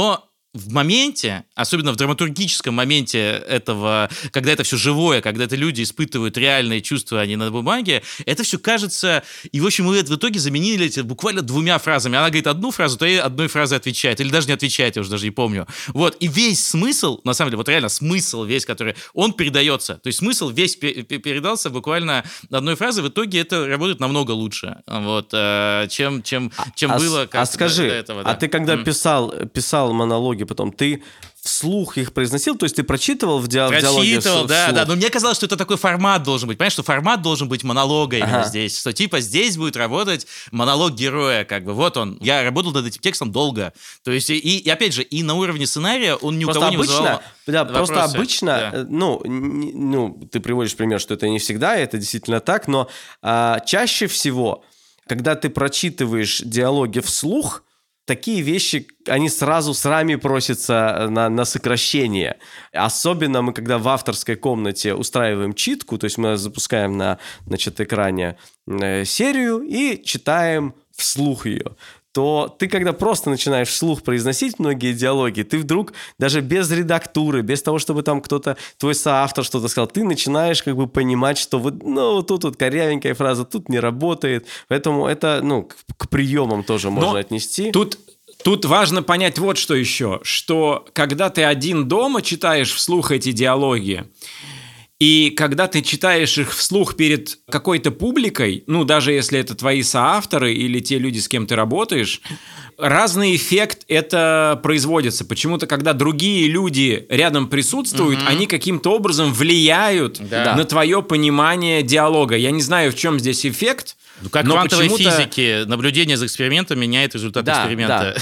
в моменте, особенно в драматургическом моменте этого, когда это все живое, когда это люди испытывают реальные чувства, а не на бумаге, это все кажется... И, в общем, мы в итоге заменили эти буквально двумя фразами. Она говорит одну фразу, то ей одной фразой отвечает. Или даже не отвечает, я уже даже не помню. Вот. И весь смысл, на самом деле, вот реально смысл весь, который... Он передается. То есть смысл весь передался буквально одной фразой. В итоге это работает намного лучше, вот, чем, чем, чем а, было а скажи, до этого. Да. А ты когда mm. писал, писал монологи потом, ты вслух их произносил, то есть ты прочитывал в, ди- в диалоге Прочитывал, да, вслух? да, но мне казалось, что это такой формат должен быть, понимаешь, что формат должен быть монолога именно ага. здесь, что типа здесь будет работать монолог героя, как бы, вот он. Я работал над этим текстом долго, то есть, и, и опять же, и на уровне сценария он ни у просто кого не обычно, вызывал да, вопросы. Просто обычно, да. ну, не, ну, ты приводишь пример, что это не всегда, это действительно так, но а, чаще всего, когда ты прочитываешь диалоги вслух, такие вещи, они сразу сами просятся на, на сокращение. Особенно мы, когда в авторской комнате устраиваем читку, то есть мы запускаем на, значит, экране э, серию и читаем вслух ее, то ты, когда просто начинаешь вслух произносить многие диалоги, ты вдруг даже без редактуры, без того, чтобы там кто-то, твой соавтор что-то сказал, ты начинаешь как бы понимать, что вот, ну, тут вот корявенькая фраза, тут не работает. Поэтому это, ну, к, к приемам тоже можно Но отнести. Тут... Тут важно понять вот что еще, что когда ты один дома читаешь вслух эти диалоги, и когда ты читаешь их вслух перед какой-то публикой, ну, даже если это твои соавторы или те люди, с кем ты работаешь, разный эффект это производится. Почему-то, когда другие люди рядом присутствуют, mm-hmm. они каким-то образом влияют да. на твое понимание диалога. Я не знаю, в чем здесь эффект. Ну, как в квантовой физике наблюдение за экспериментом меняет результат да, эксперимента.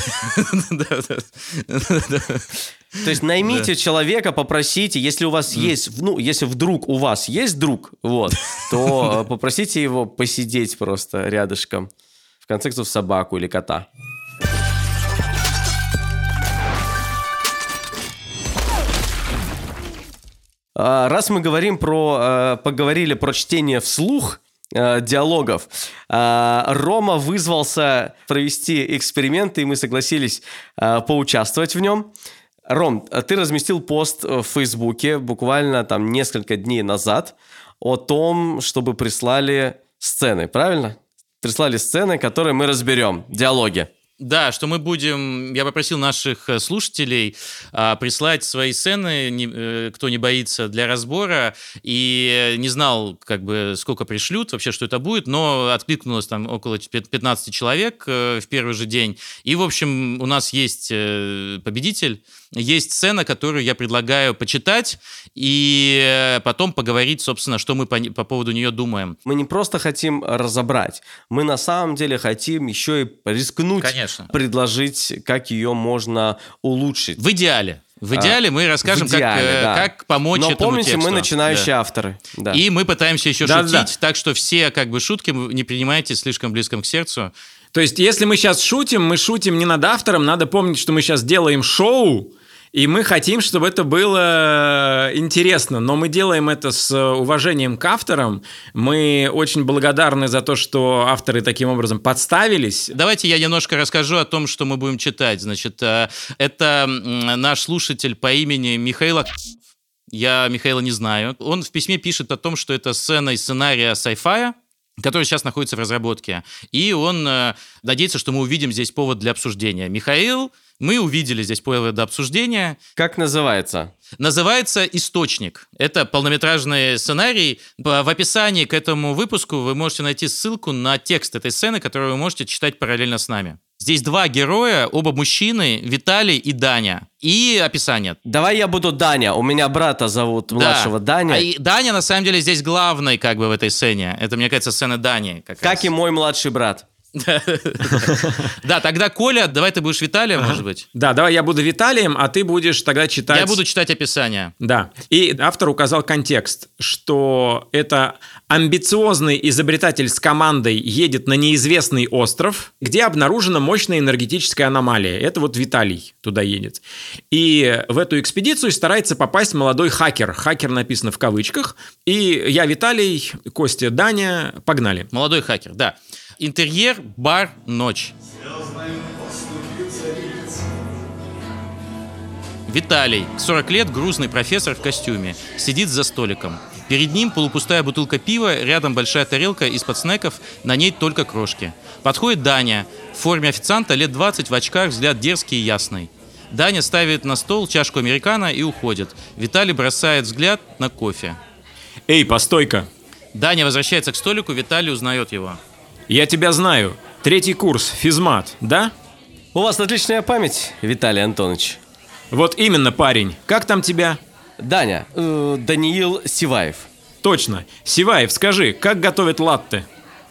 Да. То есть наймите человека, попросите, если у вас есть, ну, если вдруг у вас есть друг, вот, то попросите его посидеть просто рядышком. В конце концов, собаку или кота. Раз мы говорим про, поговорили про чтение вслух, диалогов. Рома вызвался провести эксперимент, и мы согласились поучаствовать в нем. Ром, ты разместил пост в Фейсбуке буквально там несколько дней назад о том, чтобы прислали сцены, правильно? Прислали сцены, которые мы разберем, диалоги. Да, что мы будем... Я попросил наших слушателей а, прислать свои сцены, не, э, кто не боится, для разбора. И не знал, как бы, сколько пришлют, вообще, что это будет, но откликнулось там около пятнадцать человек э, в первый же день. И, в общем, у нас есть э, победитель. Есть сцена, которую я предлагаю почитать и потом поговорить, собственно, что мы по, по поводу нее думаем. Мы не просто хотим разобрать, мы на самом деле хотим еще и рискнуть, Конечно. предложить, как ее можно улучшить. В идеале. В идеале а, мы расскажем, идеале, как, да. как помочь Но этому помните, тексту. мы начинающие да. авторы. Да. И мы пытаемся еще да, шутить, да. так что все как бы шутки не принимайте слишком близко к сердцу. То есть, если мы сейчас шутим, мы шутим не над автором, надо помнить, что мы сейчас делаем шоу, и мы хотим, чтобы это было интересно, но мы делаем это с уважением к авторам. Мы очень благодарны за то, что авторы таким образом подставились. Давайте я немножко расскажу о том, что мы будем читать. Значит, это наш слушатель по имени Михаил. Я Михаила не знаю. Он в письме пишет о том, что это сцена из сценария sci-fi, который сейчас находится в разработке. И он надеется, что мы увидим здесь повод для обсуждения. Михаил... Мы увидели здесь повод для обсуждения. Как называется? Называется «Источник». Это полнометражный сценарий. В описании к этому выпуску вы можете найти ссылку на текст этой сцены, которую вы можете читать параллельно с нами. Здесь два героя, оба мужчины, Виталий и Даня. И описание. Давай я буду Даня. У меня брата зовут младшего да. Даня. А и Даня, на самом деле, здесь главный как бы в этой сцене. Это, мне кажется, сцена Дани. Как, как и мой младший брат. Да, тогда, Коля, давай ты будешь Виталием, может быть? Да, давай я буду Виталием, а ты будешь тогда читать... Я буду читать описание. Да, и автор указал контекст, что это амбициозный изобретатель с командой едет на неизвестный остров, где обнаружена мощная энергетическая аномалия. Это вот Виталий туда едет. И в эту экспедицию старается попасть молодой хакер. Хакер написано в кавычках. И я Виталий, Костя, Даня, погнали. Молодой хакер, да. Интерьер, бар, ночь. Виталий, сорок лет, грузный профессор в костюме, сидит за столиком. Перед ним полупустая бутылка пива, рядом большая тарелка из-под снеков, на ней только крошки. Подходит Даня, в форме официанта, лет двадцать, в очках, взгляд дерзкий и ясный. Даня ставит на стол чашку американо и уходит. Виталий бросает взгляд на кофе. Эй, постой-ка. Даня возвращается к столику, Виталий узнает его. Я тебя знаю. Третий курс, физмат, да? У вас отличная память, Виталий Антонович. Вот именно, парень. Как там тебя? Даня, э, Даниил Сиваев. Точно. Сиваев, скажи, как готовят латте?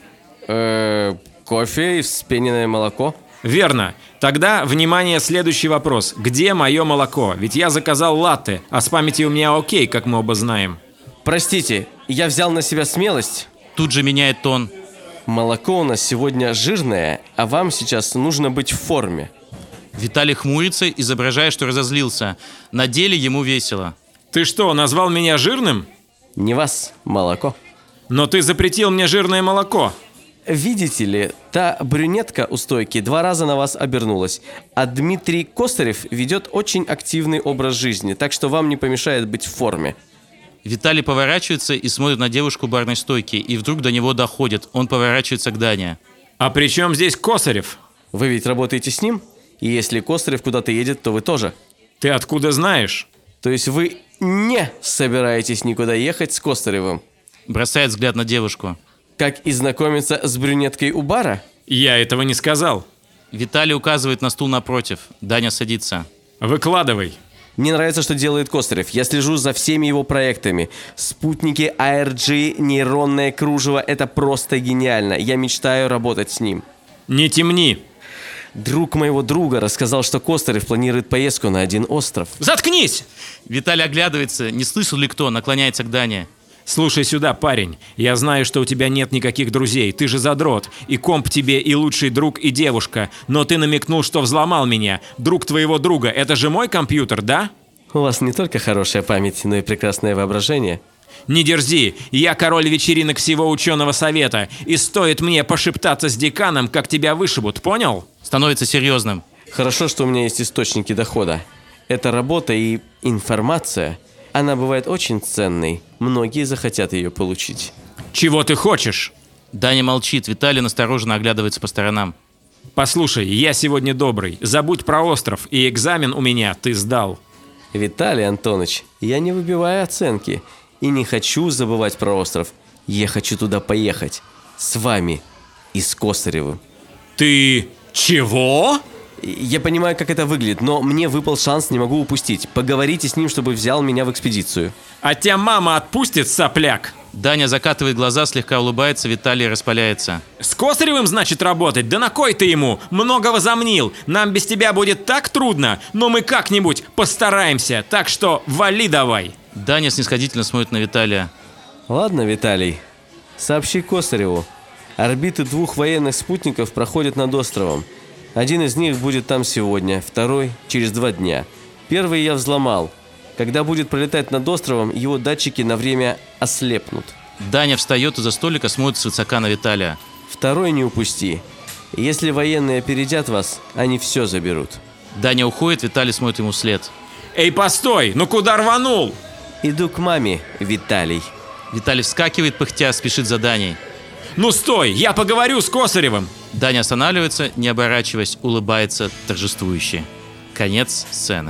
Э, кофе и вспененное молоко. Верно. Тогда, внимание, следующий вопрос. Где мое молоко? Ведь я заказал латте, а с памятью у меня окей, как мы оба знаем. Простите, я взял на себя смелость. Тут же меняет тон. Молоко у нас сегодня жирное, а вам сейчас нужно быть в форме. Виталий хмурится, изображая, что разозлился. На деле ему весело. Ты что, назвал меня жирным? Не вас, молоко. Но ты запретил мне жирное молоко. Видите ли, та брюнетка у стойки два раза на вас обернулась, а Дмитрий Костарев ведет очень активный образ жизни, так что вам не помешает быть в форме. Виталий поворачивается и смотрит на девушку у барной стойки, и вдруг до него доходит. Он поворачивается к Дане. А при чем здесь Косарев? Вы ведь работаете с ним? И если Костарев куда-то едет, то вы тоже. Ты откуда знаешь? То есть вы не собираетесь никуда ехать с Костаревым? Бросает взгляд на девушку. Как и знакомиться с брюнеткой у бара? Я этого не сказал. Виталий указывает на стул напротив. Даня садится. Выкладывай. Мне нравится, что делает Костарев. Я слежу за всеми его проектами. Спутники, эй ар джи, нейронное кружево – это просто гениально. Я мечтаю работать с ним. Не темни. Друг моего друга рассказал, что Костарев планирует поездку на один остров. Заткнись! Виталий оглядывается, не слышал ли кто, наклоняется к Дане. Слушай сюда, парень. Я знаю, что у тебя нет никаких друзей. Ты же задрот. И комп тебе, и лучший друг, и девушка. Но ты намекнул, что взломал меня. Друг твоего друга. Это же мой компьютер, да? У вас не только хорошая память, но и прекрасное воображение. Не дерзи. Я король вечеринок всего ученого совета. И стоит мне пошептаться с деканом, как тебя вышибут. Понял? Становится серьезным. Хорошо, что у меня есть источники дохода. Это работа и информация. Она бывает очень ценной. Многие захотят ее получить. Чего ты хочешь? Даня молчит. Виталий настороженно оглядывается по сторонам. Послушай, я сегодня добрый. Забудь про остров, и экзамен у меня ты сдал. Виталий Антонович, я не выбиваю оценки. И не хочу забывать про остров. Я хочу туда поехать. С вами. И с Костаревым. Ты... чего? Я понимаю, как это выглядит, но мне выпал шанс, не могу упустить. Поговорите с ним, чтобы взял меня в экспедицию. А тебя мама отпустит, сопляк? Даня закатывает глаза, слегка улыбается, Виталий распаляется. С Косаревым, значит, работать? Да на кой ты ему? Много возомнил. Нам без тебя будет так трудно, но мы как-нибудь постараемся. Так что вали давай. Даня снисходительно смотрит на Виталия. Ладно, Виталий, сообщи Костареву. Орбиты двух военных спутников проходят над островом. Один из них будет там сегодня, второй через два дня. Первый я взломал. Когда будет пролетать над островом, его датчики на время ослепнут. Даня встает из-за столика, смотрит свысока на Виталия. Второй не упусти. Если военные опередят вас, они все заберут. Даня уходит, Виталий смотрит ему вслед. Эй, постой, ну куда рванул? Иду к маме, Виталий. Виталий вскакивает, пыхтя, спешит за Даней. Ну стой, я поговорю с Косаревым. Даня останавливается, не оборачиваясь, улыбается торжествующе. Конец сцены.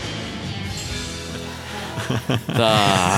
Да.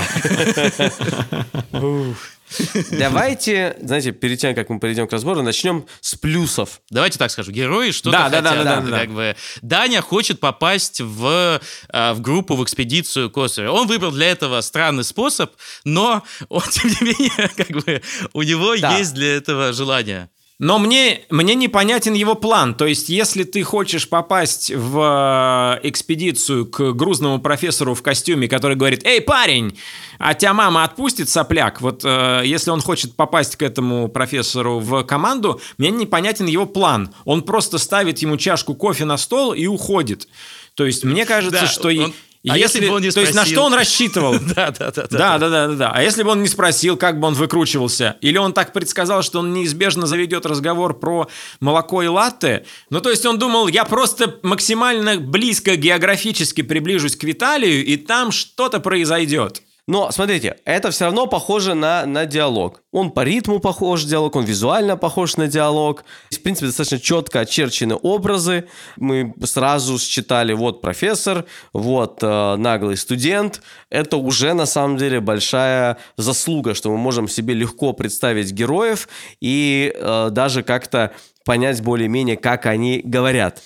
Давайте, знаете, перед тем, как мы перейдем к разбору, начнем с плюсов. Давайте так скажу. Герои что-то Да, да, хотят. да, да, да, да. Как бы. Даня хочет попасть в, в группу, в экспедицию Косарева. Он выбрал для этого странный способ, но он, тем не менее, как бы, у него Да. есть для этого желание. Но мне, мне непонятен его план. То есть, если ты хочешь попасть в э, экспедицию к грузному профессору в костюме, который говорит: «Эй, парень, а тебя мама отпустит, сопляк?» Вот э, если он хочет попасть к этому профессору в команду, мне непонятен его план. Он просто ставит ему чашку кофе на стол и уходит. То есть, мне кажется, Да, что... он- и- А если, если бы он не То спросил... есть на что он рассчитывал? Да, да, да. Да, да, да, да. А если бы он не спросил, как бы он выкручивался? Или он так предсказал, что он неизбежно заведет разговор про молоко и латте? Ну, то есть он думал, я просто максимально близко географически приближусь к Виталию, и там что-то произойдет. Но, смотрите, это все равно похоже на, на диалог. Он по ритму похож на диалог, он визуально похож на диалог. В принципе, достаточно четко очерчены образы. Мы сразу считали, вот профессор, вот э, наглый студент. Это уже, на самом деле, большая заслуга, что мы можем себе легко представить героев и э, даже как-то понять более-менее, как они говорят.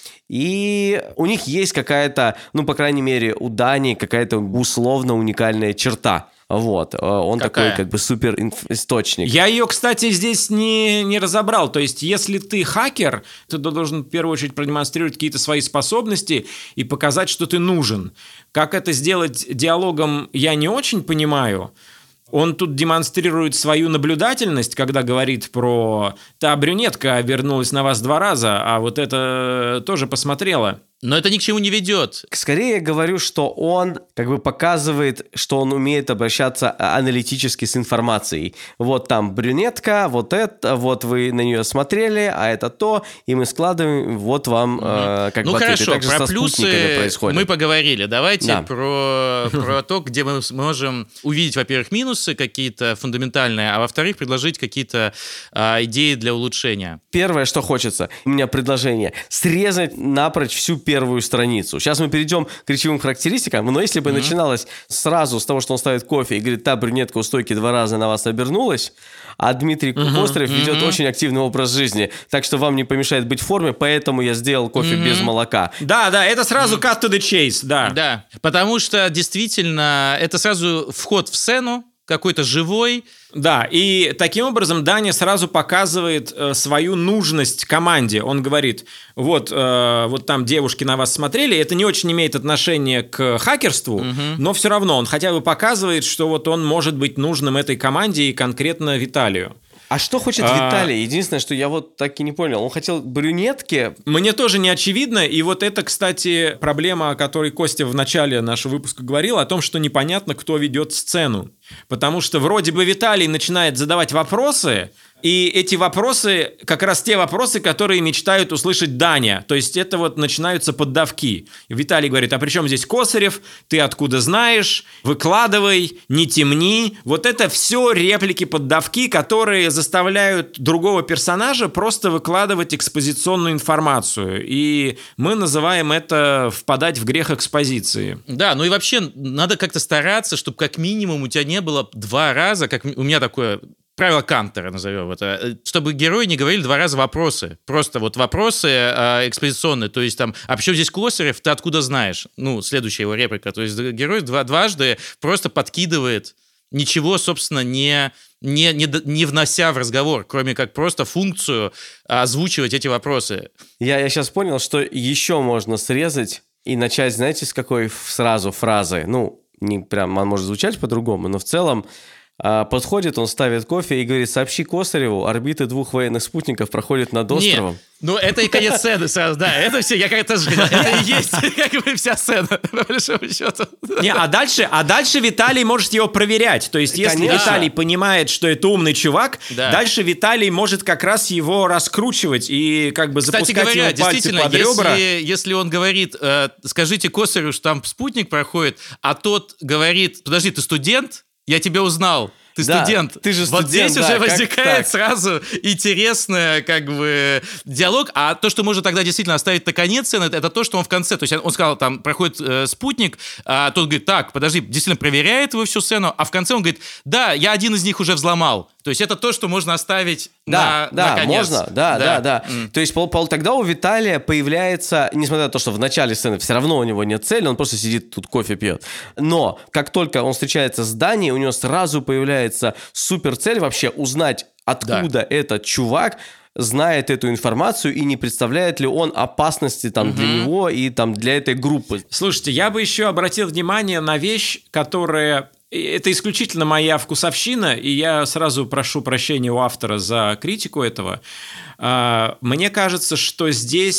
И у них есть какая-то, ну, по крайней мере, у Дани какая-то условно уникальная черта. Вот, он Какая? такой как бы супер источник. Я ее, кстати, здесь не, не разобрал. То есть, если ты хакер, ты должен в первую очередь продемонстрировать какие-то свои способности и показать, что ты нужен. Как это сделать диалогом, я не очень понимаю. Он тут демонстрирует свою наблюдательность, когда говорит про «та брюнетка вернулась на вас два раза, а вот это тоже посмотрела». Но это ни к чему не ведет. Скорее я говорю, что он как бы показывает, что он умеет обращаться аналитически с информацией. Вот там брюнетка, вот это, вот вы на нее смотрели, а это то, и мы складываем, вот вам э, как ну, бы ответ. хорошо, И также про со плюсы спутниками происходит. мы поговорили. Давайте Да. про, про то, где мы можем увидеть, во-первых, минусы какие-то фундаментальные, а во-вторых, предложить какие-то а, идеи для улучшения. Первое, что хочется, у меня предложение, срезать напрочь всю первую страницу. Сейчас мы перейдем к ключевым характеристикам, но если бы mm-hmm. начиналось сразу с того, что он ставит кофе и говорит, та брюнетка у стойки два раза на вас обернулась, а Дмитрий mm-hmm. Костырев mm-hmm. ведет очень активный образ жизни, так что вам не помешает быть в форме, поэтому я сделал кофе mm-hmm. без молока. Да, да, это сразу cut to the chase, да. Да, потому что действительно это сразу вход в сцену, какой-то живой. Да, и таким образом Даня сразу показывает э, свою нужность команде. Он говорит, вот, э, вот там девушки на вас смотрели, это не очень имеет отношения к хакерству, угу. но все равно он хотя бы показывает, что вот он может быть нужным этой команде и конкретно Виталию. А что хочет а... Виталий? Единственное, что я вот так и не понял. Он хотел брюнетки. Мне тоже не очевидно. И вот это, кстати, проблема, о которой Костя в начале нашего выпуска говорил, о том, что непонятно, кто ведет сцену. Потому что вроде бы Виталий начинает задавать вопросы, и эти вопросы как раз те вопросы, которые мечтают услышать Даня. То есть это вот начинаются поддавки. Виталий говорит, а при чем здесь Косарев? Ты откуда знаешь? Выкладывай, не темни. Вот это все реплики-поддавки, которые заставляют другого персонажа просто выкладывать экспозиционную информацию. И мы называем это впадать в грех экспозиции. Да, ну и вообще надо как-то стараться, чтобы как минимум у тебя не было два раза, как у меня такое... Правило Кантера, назовем это, чтобы герои не говорили два раза вопросы. Просто вот вопросы э, экспозиционные, то есть там, а почему здесь Косарев, ты откуда знаешь? Ну, следующая его реплика. То есть герой два, дважды просто подкидывает, ничего, собственно, не, не, не, не внося в разговор, кроме как просто функцию озвучивать эти вопросы. Я, я сейчас понял, что еще можно срезать и начать, знаете, с какой сразу фразы? Ну, не прям, он может звучать по-другому, но в целом подходит, он ставит кофе и говорит, сообщи Косареву, орбиты двух военных спутников проходят над островом. Нет, ну это и конец сцены сразу, да, это все, я как-то же, это и есть как бы вся сцена, по большому счету. Не, а дальше, а дальше Виталий может его проверять, то есть если Конечно. Виталий понимает, что это умный чувак, да. дальше Виталий может как раз его раскручивать и как бы Кстати запускать говоря, его пальцы под если, ребра. если он говорит, э, скажите Косареву, что там спутник проходит, а тот говорит, подожди, ты студент? Я тебя узнал. Ты да, студент. Ты же вот студент, здесь да, уже возникает так? сразу интересный как бы диалог. А то, что можно тогда действительно оставить на конец сцены, это то, что он в конце. То есть он сказал, там проходит э, спутник, а тот говорит, так, подожди, действительно проверяет его всю сцену, а в конце он говорит, да, я один из них уже взломал. То есть это то, что можно оставить да, на, да, на конец. можно, да, да, да. да. Mm. То есть пол, пол, тогда у Виталия появляется, несмотря на то, что в начале сцены все равно у него нет цели, он просто сидит тут кофе пьет. Но как только он встречается с Даней, у него сразу появляется суперцель вообще узнать, откуда да. этот чувак знает эту информацию и не представляет ли он опасности там, угу. для него и там, для этой группы. Слушайте, я бы еще обратил внимание на вещь, которая... Это исключительно моя вкусовщина, и я сразу прошу прощения у автора за критику этого. Мне кажется, что здесь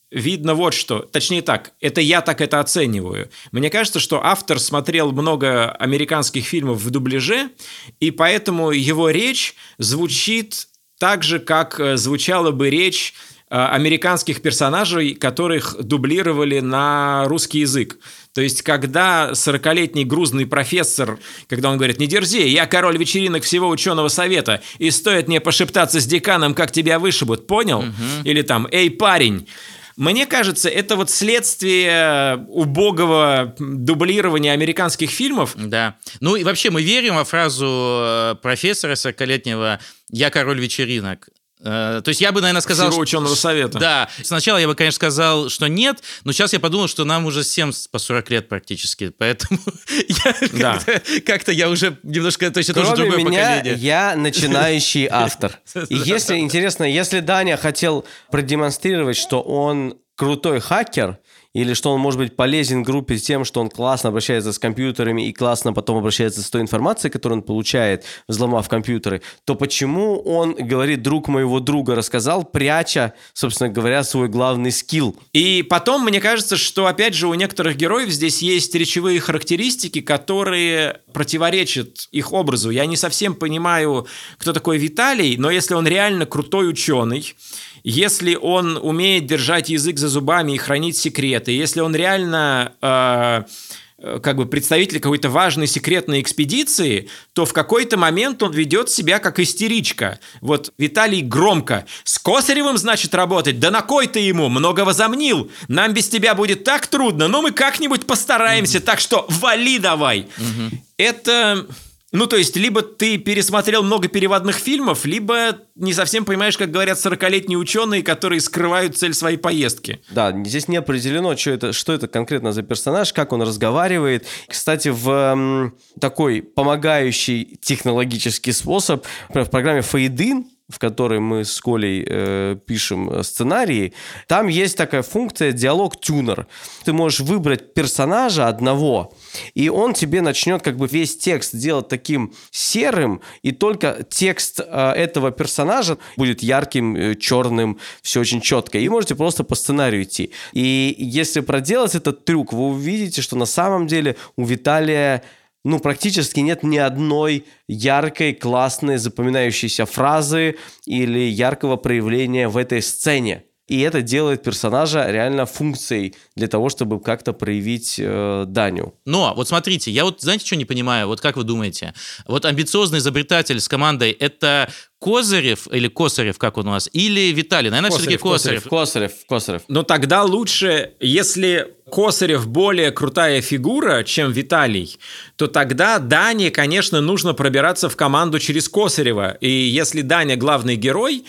видно вот что. Точнее так, это я так это оцениваю. Мне кажется, что автор смотрел много американских фильмов в дубляже, и поэтому его речь звучит так же, как звучала бы речь американских персонажей, которых дублировали на русский язык. То есть, когда сорокалетний грузный профессор, когда он говорит: «Не дерзи, я король вечеринок всего ученого совета, и стоит мне пошептаться с деканом, как тебя вышибут, понял?» Угу. Или там: «Эй, парень!» Мне кажется, это вот следствие убогого дублирования американских фильмов. Да. Ну и вообще мы верим во фразу профессора сорокалетнего «Я король вечеринок». То есть я бы, наверное, сказал... Всего ученого совета. Да. Сначала я бы, конечно, сказал, что нет, но сейчас я подумал, что нам уже всем по сорок лет практически, поэтому я да. как-то, как-то я уже немножко... То есть это уже другое меня, поколение. Я начинающий автор. И если, интересно, если Даня хотел продемонстрировать, что он крутой хакер, или что он может быть полезен группе тем, что он классно обращается с компьютерами и классно потом обращается с той информацией, которую он получает, взломав компьютеры, то почему он говорит: «Друг моего друга рассказал», пряча, собственно говоря, свой главный скилл? И потом, мне кажется, что, опять же, у некоторых героев здесь есть речевые характеристики, которые противоречат их образу. Я не совсем понимаю, кто такой Виталий, но если он реально крутой ученый, если он умеет держать язык за зубами и хранить секреты, если он реально э, как бы представитель какой-то важной секретной экспедиции, то в какой-то момент он ведет себя как истеричка. Вот Виталий громко: «С Косаревым, значит, работать? Да на кой ты ему? Много возомнил. Нам без тебя будет так трудно, но мы как-нибудь постараемся, mm-hmm. так что вали давай». Mm-hmm. Это... Ну, то есть, либо ты пересмотрел много переводных фильмов, либо не совсем понимаешь, как говорят сорокалетние ученые, которые скрывают цель своей поездки. Да, здесь не определено, что это, что это конкретно за персонаж, как он разговаривает. Кстати, в м, такой помогающий технологический способ, например, в программе Fade-In, в которой мы с Колей э, пишем сценарии, там есть такая функция диалог-тюнер. Ты можешь выбрать персонажа одного, и он тебе начнет как бы весь текст делать таким серым, и только текст э, этого персонажа будет ярким, э, черным, все очень четко. И можете просто по сценарию идти. И если проделать этот трюк, вы увидите, что на самом деле у Виталия ну, практически нет ни одной яркой, классной, запоминающейся фразы или яркого проявления в этой сцене. И это делает персонажа реально функцией для того, чтобы как-то проявить э, Даню. Но вот смотрите, я вот, знаете, что не понимаю? Вот как вы думаете? Вот амбициозный изобретатель с командой — это Козырев или Косарев, как он у нас, или Виталий? Наверное, Косарев, все-таки Косарев. Косарев, Косарев. Но тогда лучше, если Косарев более крутая фигура, чем Виталий, то тогда Дане, конечно, нужно пробираться в команду через Косарева. И если Даня главный герой,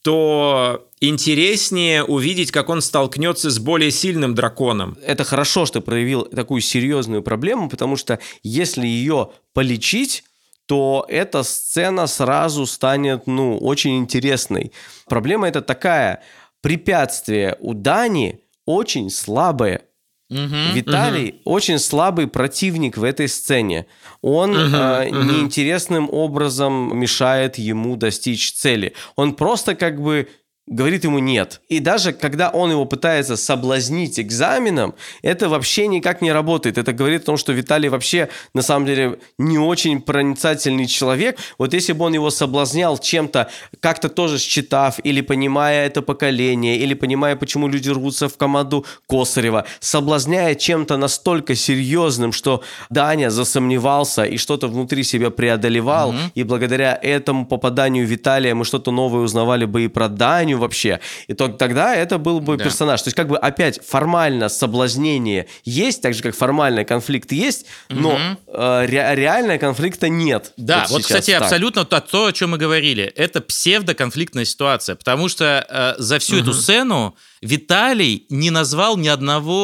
то интереснее увидеть, как он столкнется с более сильным драконом. Это хорошо, что проявил такую серьезную проблему, потому что если ее полечить, то эта сцена сразу станет, ну, очень интересной. Проблема это такая: препятствие у Дани очень слабое. Uh-huh, Виталий uh-huh. очень слабый противник в этой сцене. Он uh-huh, э, uh-huh. неинтересным образом мешает ему достичь цели. Он просто как бы говорит ему «нет». И даже когда он его пытается соблазнить экзаменом, это вообще никак не работает. Это говорит о том, что Виталий вообще на самом деле не очень проницательный человек. Вот если бы он его соблазнял чем-то, как-то тоже считав, или понимая это поколение, или понимая, почему люди рвутся в команду Косарева, соблазняя чем-то настолько серьезным, что Даня засомневался и что-то внутри себя преодолевал, mm-hmm. и благодаря этому попаданию Виталия мы что-то новое узнавали бы и про Даню вообще, и то, тогда это был бы да. персонаж. То есть как бы опять формально соблазнение есть, так же как формально конфликт есть, но угу. э, ре- реально конфликта нет. Да, вот, вот кстати, так. абсолютно то, то, о чем мы говорили. Это псевдоконфликтная ситуация, потому что э, за всю угу. эту сцену Виталий не назвал ни одного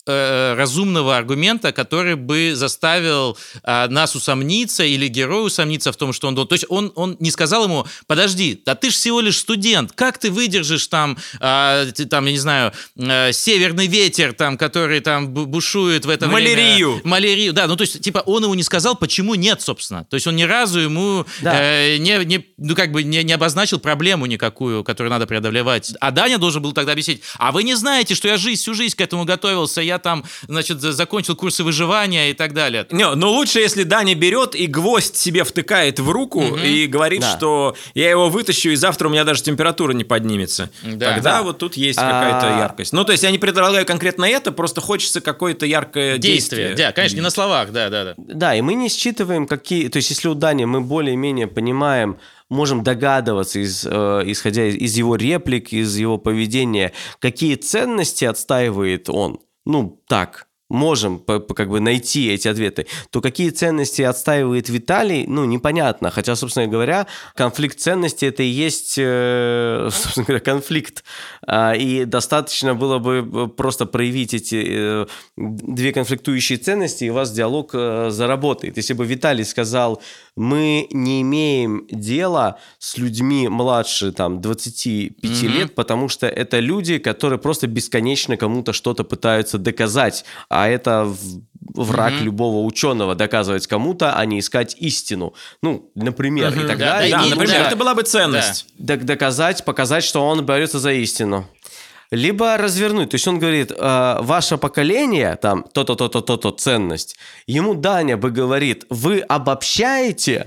э, разумного аргумента, который бы заставил э, нас усомниться или героя усомниться в том, что он... То есть он, он не сказал ему, подожди, да ты же всего лишь студент, как ты выдержишь там, э, там я не знаю, э, северный ветер, там, который там бушует в это Малярию. время... Малярию. Да, ну то есть типа он ему не сказал, почему нет, собственно. То есть он ни разу ему Да. э, не, не, ну, как бы не, не обозначил проблему никакую, которую надо преодолевать. А Даня должен был тогда объяснить, а вы не знаете, что я жизнь, всю жизнь к этому готовился, я там, значит, закончил курсы выживания и так далее. Не, но лучше, если Даня берет и гвоздь себе втыкает в руку Мгм. и говорит, Да. что я его вытащу, и завтра у меня даже температура не поднимется. Да. Тогда Да. вот тут есть А- какая-то яркость. Ну, то есть я не предлагаю конкретно это, просто хочется какое-то яркое действие. Действие. Да, конечно, не на словах, да, да, да. Да, и мы не считываем, какие... То есть, если у Дани мы более-менее понимаем, можем догадываться, из, э, исходя из, из его реплик, из его поведения, какие ценности отстаивает он. Ну, так, можем по- по- как бы найти эти ответы. То какие ценности отстаивает Виталий, ну, непонятно. Хотя, собственно говоря, конфликт ценностей – это и есть, э, собственно говоря, конфликт. А, И достаточно было бы просто проявить эти э, две конфликтующие ценности, и у вас диалог э, заработает. Если бы Виталий сказал, мы не имеем дела с людьми младше там, двадцати пяти Мгм. лет, потому что это люди, которые просто бесконечно кому-то что-то пытаются доказать. А это в- враг Мгм. любого ученого, доказывать кому-то, а не искать истину. Ну, например, и так Да, далее. Да, И- например, да. это была бы ценность. Док- доказать, показать, что он борется за истину. Либо развернуть. То есть он говорит, э, ваше поколение, там, то-то, то-то, то-то, ценность. Ему Даня бы говорит, вы обобщаете,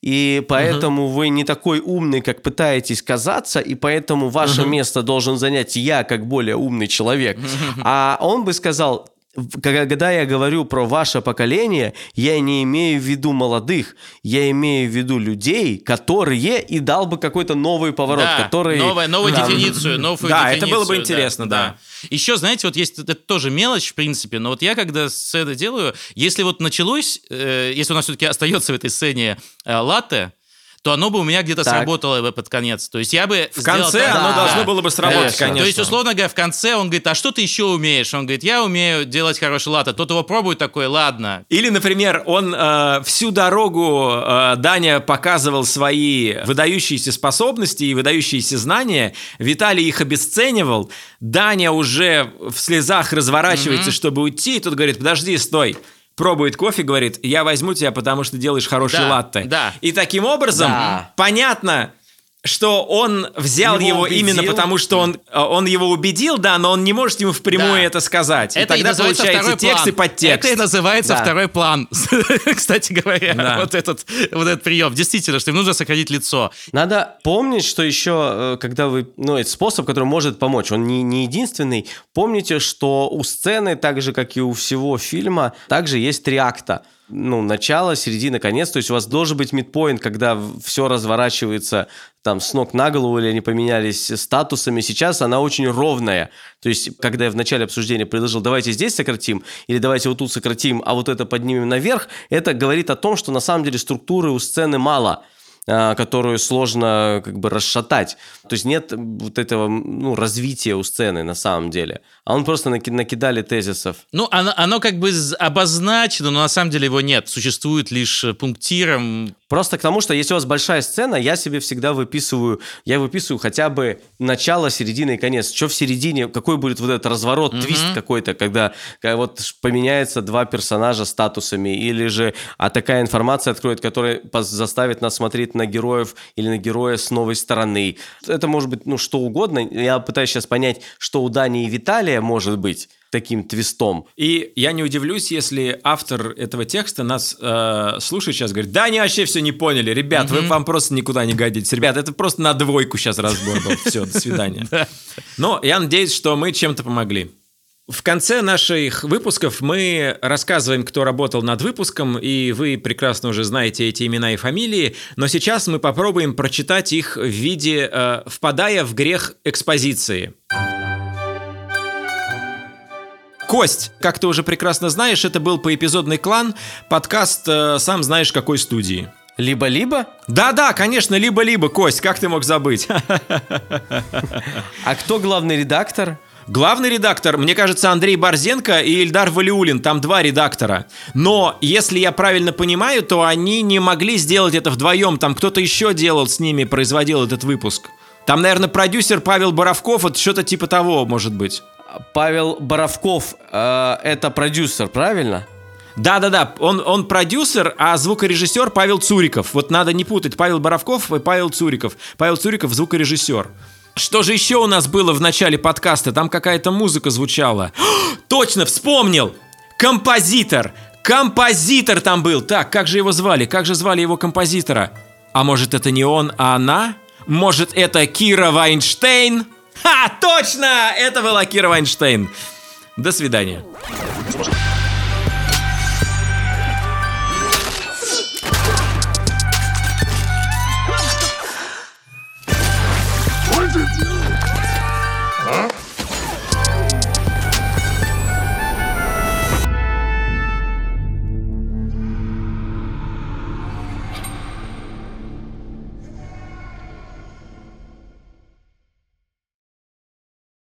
и поэтому вы не такой умный, как пытаетесь казаться, и поэтому ваше место должен занять я, как более умный человек. А он бы сказал... В- Когда я говорю про ваше поколение, я не имею в виду молодых, я имею в виду людей, которые, и дал бы какой-то новый поворот, Да, который... новая, новую там, дефиницию, новую Да, дефиницию. это было бы интересно, да. Еще, знаете, вот есть это тоже мелочь, в принципе, но вот я когда сцены делаю, если вот началось, э, если у нас все-таки остается в этой сцене э, латте, то оно бы у меня где-то Так. сработало бы под конец. То есть я бы В конце оно должно было бы сработать, конечно. То есть, условно говоря, в конце он говорит, а что ты еще умеешь? Он говорит, я умею делать хороший латте. Тот его пробует такой, ладно. Или, например, он э, всю дорогу э, Даня показывал свои выдающиеся способности и выдающиеся знания. Виталий их обесценивал. Даня уже в слезах разворачивается, чтобы уйти. И тут говорит, подожди, стой. Пробует кофе, говорит, я возьму тебя, потому что делаешь хороший Да, латте. да. И таким образом Да. понятно, что он взял Его его, убедил. именно потому, что он, э, он его убедил, да, но он не может ему впрямую Да. это сказать. Это и тогда называется получается второй текст и план. подтекст. Это и называется Да. второй план, кстати говоря. Да. Вот, этот, вот этот прием. Действительно, что им нужно сохранить лицо. Надо помнить, что еще, э, когда вы... Ну, это способ, который может помочь. Он не, не единственный. Помните, что у сцены, так же, как и у всего фильма, также есть три акта. Ну, начало, середина, конец. То есть у вас должен быть мидпоинт, когда все разворачивается там с ног на голову, или они поменялись статусами. Сейчас она очень ровная. То есть, когда я в начале обсуждения предложил, давайте здесь сократим, или давайте вот тут сократим, а вот это поднимем наверх, это говорит о том, что на самом деле структуры у сцены мало, а, которую сложно как бы расшатать. То есть нет вот этого ну, развития у сцены на самом деле. А он просто наки- накидали тезисов. Ну, оно, оно как бы з- обозначено, но на самом деле его нет. Существует лишь э, пунктиром. Просто к тому, что если у вас большая сцена, я себе всегда выписываю, я выписываю хотя бы начало, середина и конец. Что в середине, какой будет вот этот разворот, твист какой-то, когда, когда вот поменяется два персонажа статусами, или же а такая информация откроет, которая пос- заставит нас смотреть на героев или на героя с новой стороны. Это может быть ну что угодно. Я пытаюсь сейчас понять, что у Дани и Виталия может быть таким твистом. И я не удивлюсь, если автор этого текста нас э, слушает сейчас, говорит, да, они вообще все не поняли, ребят, вы вам просто никуда не годитесь. Ребят, это просто на двойку сейчас разбор был. Все, до свидания. Но я надеюсь, что мы чем-то помогли. В конце наших выпусков мы рассказываем, кто работал над выпуском, и вы прекрасно уже знаете эти имена и фамилии, но сейчас мы попробуем прочитать их в виде э, «впадая в грех экспозиции». Кость, как ты уже прекрасно знаешь, это был поэпизодный клан, подкаст э, «Сам знаешь какой студии». Либо-либо? Да-да, конечно, либо-либо, Кость, как ты мог забыть? А кто главный редактор? Главный редактор, мне кажется, Андрей Борзенко и Ильдар Валиуллин. Там два редактора. Но, если я правильно понимаю, то они не могли сделать это вдвоем. Там кто-то еще делал с ними, производил этот выпуск. Там, наверное, продюсер Павел Боровков, вот что-то типа того, может быть. Павел Боровков э, это продюсер, правильно? Да-да-да, он, он продюсер, а звукорежиссер Павел Цуриков. Вот надо не путать Павел Боровков и Павел Цуриков. Павел Цуриков звукорежиссер. Что же еще у нас было в начале подкаста? Там какая-то музыка звучала. Точно, вспомнил! Композитор! Композитор там был! Так, как же его звали? Как же звали его композитора? А может, это не он, а она? Может, это Кира Вайнштейн? Ха, точно! Это была Кира Вайнштейн. До свидания.